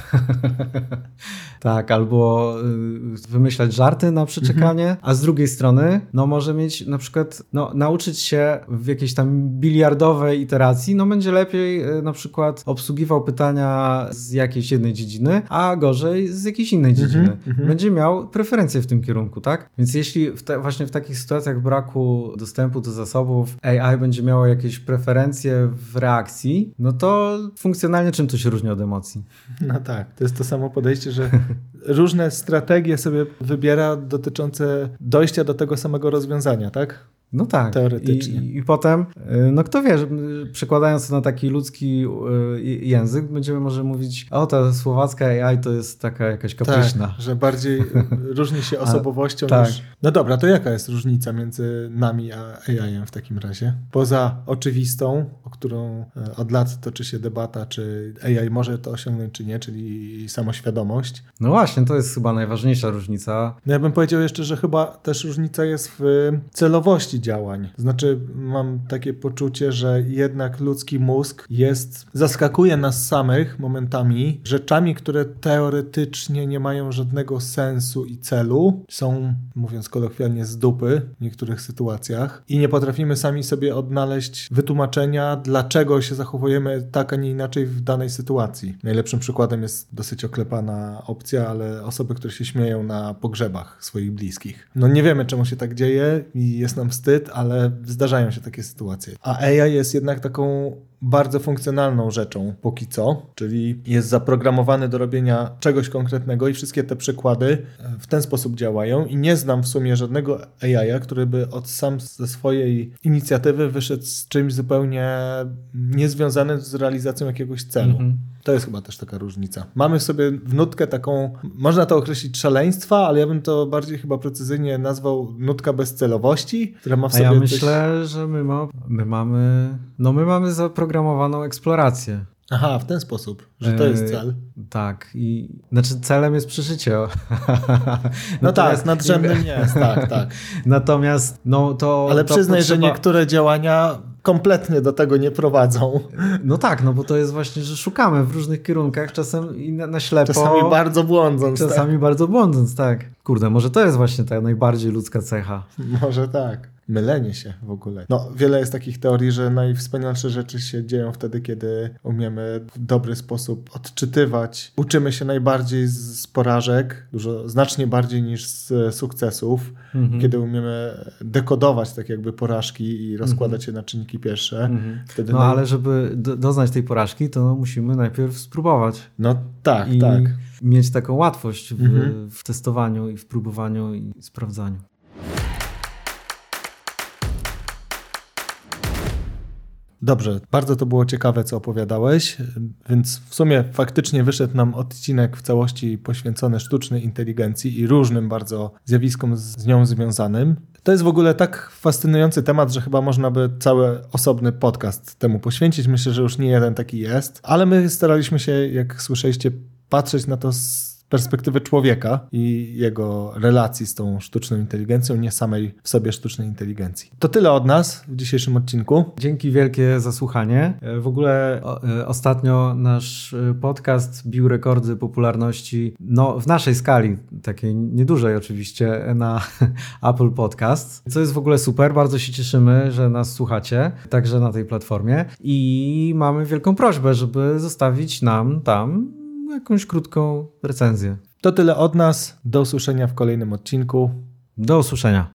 Tak, albo wymyślać żarty na przeczekanie, mhm. a z drugiej strony no może mieć na przykład, no nauczyć się w jakiejś tam biliardowej iteracji, no będzie lepiej na przykład obsługiwał pytania z jakiejś jednej dziedziny, a gorzej z jakiejś innej dziedziny. Mhm. Będzie miał preferencje w tym kierunku, tak? Więc jeśli w te, właśnie w takich sytuacjach braku dostępu do zasobów A I będzie miało jakieś preferencje w reakcji, no to funkcjonalnie czym to się różni od emocji? No tak, to jest to samo podejście, że różne strategie sobie wybiera dotyczące dojścia do tego samego rozwiązania, tak? No tak. Teoretycznie. I, i potem, no kto wie, że przekładając to na taki ludzki język, będziemy może mówić, o ta słowacka A I to jest taka jakaś kapryśna. Tak, że bardziej różni się osobowością A, niż... Tak. No dobra, to jaka jest różnica między nami a A I-em w takim razie? Poza oczywistą, o którą od lat toczy się debata, czy A I może to osiągnąć, czy nie, czyli samoświadomość. No właśnie, to jest chyba najważniejsza różnica. No ja bym powiedział jeszcze, że chyba też różnica jest w celowości działań. Znaczy mam takie poczucie, że jednak ludzki mózg jest, zaskakuje nas samych momentami rzeczami, które teoretycznie nie mają żadnego sensu i celu. Są, mówiąc kolokwialnie, z dupy w niektórych sytuacjach i nie potrafimy sami sobie odnaleźć wytłumaczenia, dlaczego się zachowujemy tak, a nie inaczej w danej sytuacji. Najlepszym przykładem jest dosyć oklepana opcja, ale osoby, które się śmieją na pogrzebach swoich bliskich. No nie wiemy, czemu się tak dzieje i jest nam wstyd, ale zdarzają się takie sytuacje. A A I jest jednak taką bardzo funkcjonalną rzeczą póki co, czyli jest zaprogramowany do robienia czegoś konkretnego i wszystkie te przykłady w ten sposób działają i nie znam w sumie żadnego A I, który by od sam ze swojej inicjatywy wyszedł z czymś zupełnie niezwiązanym z realizacją jakiegoś celu. Mhm. To jest chyba też taka różnica. Mamy w sobie nutkę taką, można to określić szaleństwa, ale ja bym to bardziej chyba precyzyjnie nazwał nutka bezcelowości, która ma w sobie A ja coś... myślę, że my, ma, my mamy, no my mamy zaprogramowaną eksplorację. Aha, w ten sposób, że to jest cel. Yy, tak. I, znaczy celem jest przeżycie. No tak, nadrzędnym jest, tak, tak. Natomiast no to... Ale to przyznaj, potrzeba... że niektóre działania kompletnie do tego nie prowadzą. No tak, no bo to jest właśnie, że szukamy w różnych kierunkach, czasem i na, na ślepo. Czasami bardzo błądząc. Czasami tak. bardzo błądząc, tak. Kurde, może to jest właśnie ta najbardziej ludzka cecha. Może tak. Mylenie się w ogóle. No, wiele jest takich teorii, że najwspanialsze rzeczy się dzieją wtedy, kiedy umiemy w dobry sposób odczytywać. Uczymy się najbardziej z porażek, dużo, znacznie bardziej niż z sukcesów, mhm. kiedy umiemy dekodować tak jakby porażki i rozkładać mhm. je na czynniki pierwsze. Mhm. Wtedy no naj... ale żeby do, doznać tej porażki, to musimy najpierw spróbować. No tak, I tak. mieć taką łatwość w, mhm. w testowaniu i w próbowaniu i sprawdzaniu. Dobrze, bardzo to było ciekawe, co opowiadałeś, więc w sumie faktycznie wyszedł nam odcinek w całości poświęcony sztucznej inteligencji i różnym bardzo zjawiskom z nią związanym. To jest w ogóle tak fascynujący temat, że chyba można by cały osobny podcast temu poświęcić. Myślę, że już nie jeden taki jest, ale my staraliśmy się, jak słyszeliście, patrzeć na to z perspektywy człowieka i jego relacji z tą sztuczną inteligencją, nie samej w sobie sztucznej inteligencji. To tyle od nas w dzisiejszym odcinku. Dzięki wielkie za słuchanie. W ogóle o, ostatnio nasz podcast bił rekordy popularności, no w naszej skali, takiej niedużej oczywiście, na Apple Podcast, co jest w ogóle super. Bardzo się cieszymy, że nas słuchacie, także na tej platformie i mamy wielką prośbę, żeby zostawić nam tam jakąś krótką recenzję. To tyle od nas. Do usłyszenia w kolejnym odcinku. Do usłyszenia.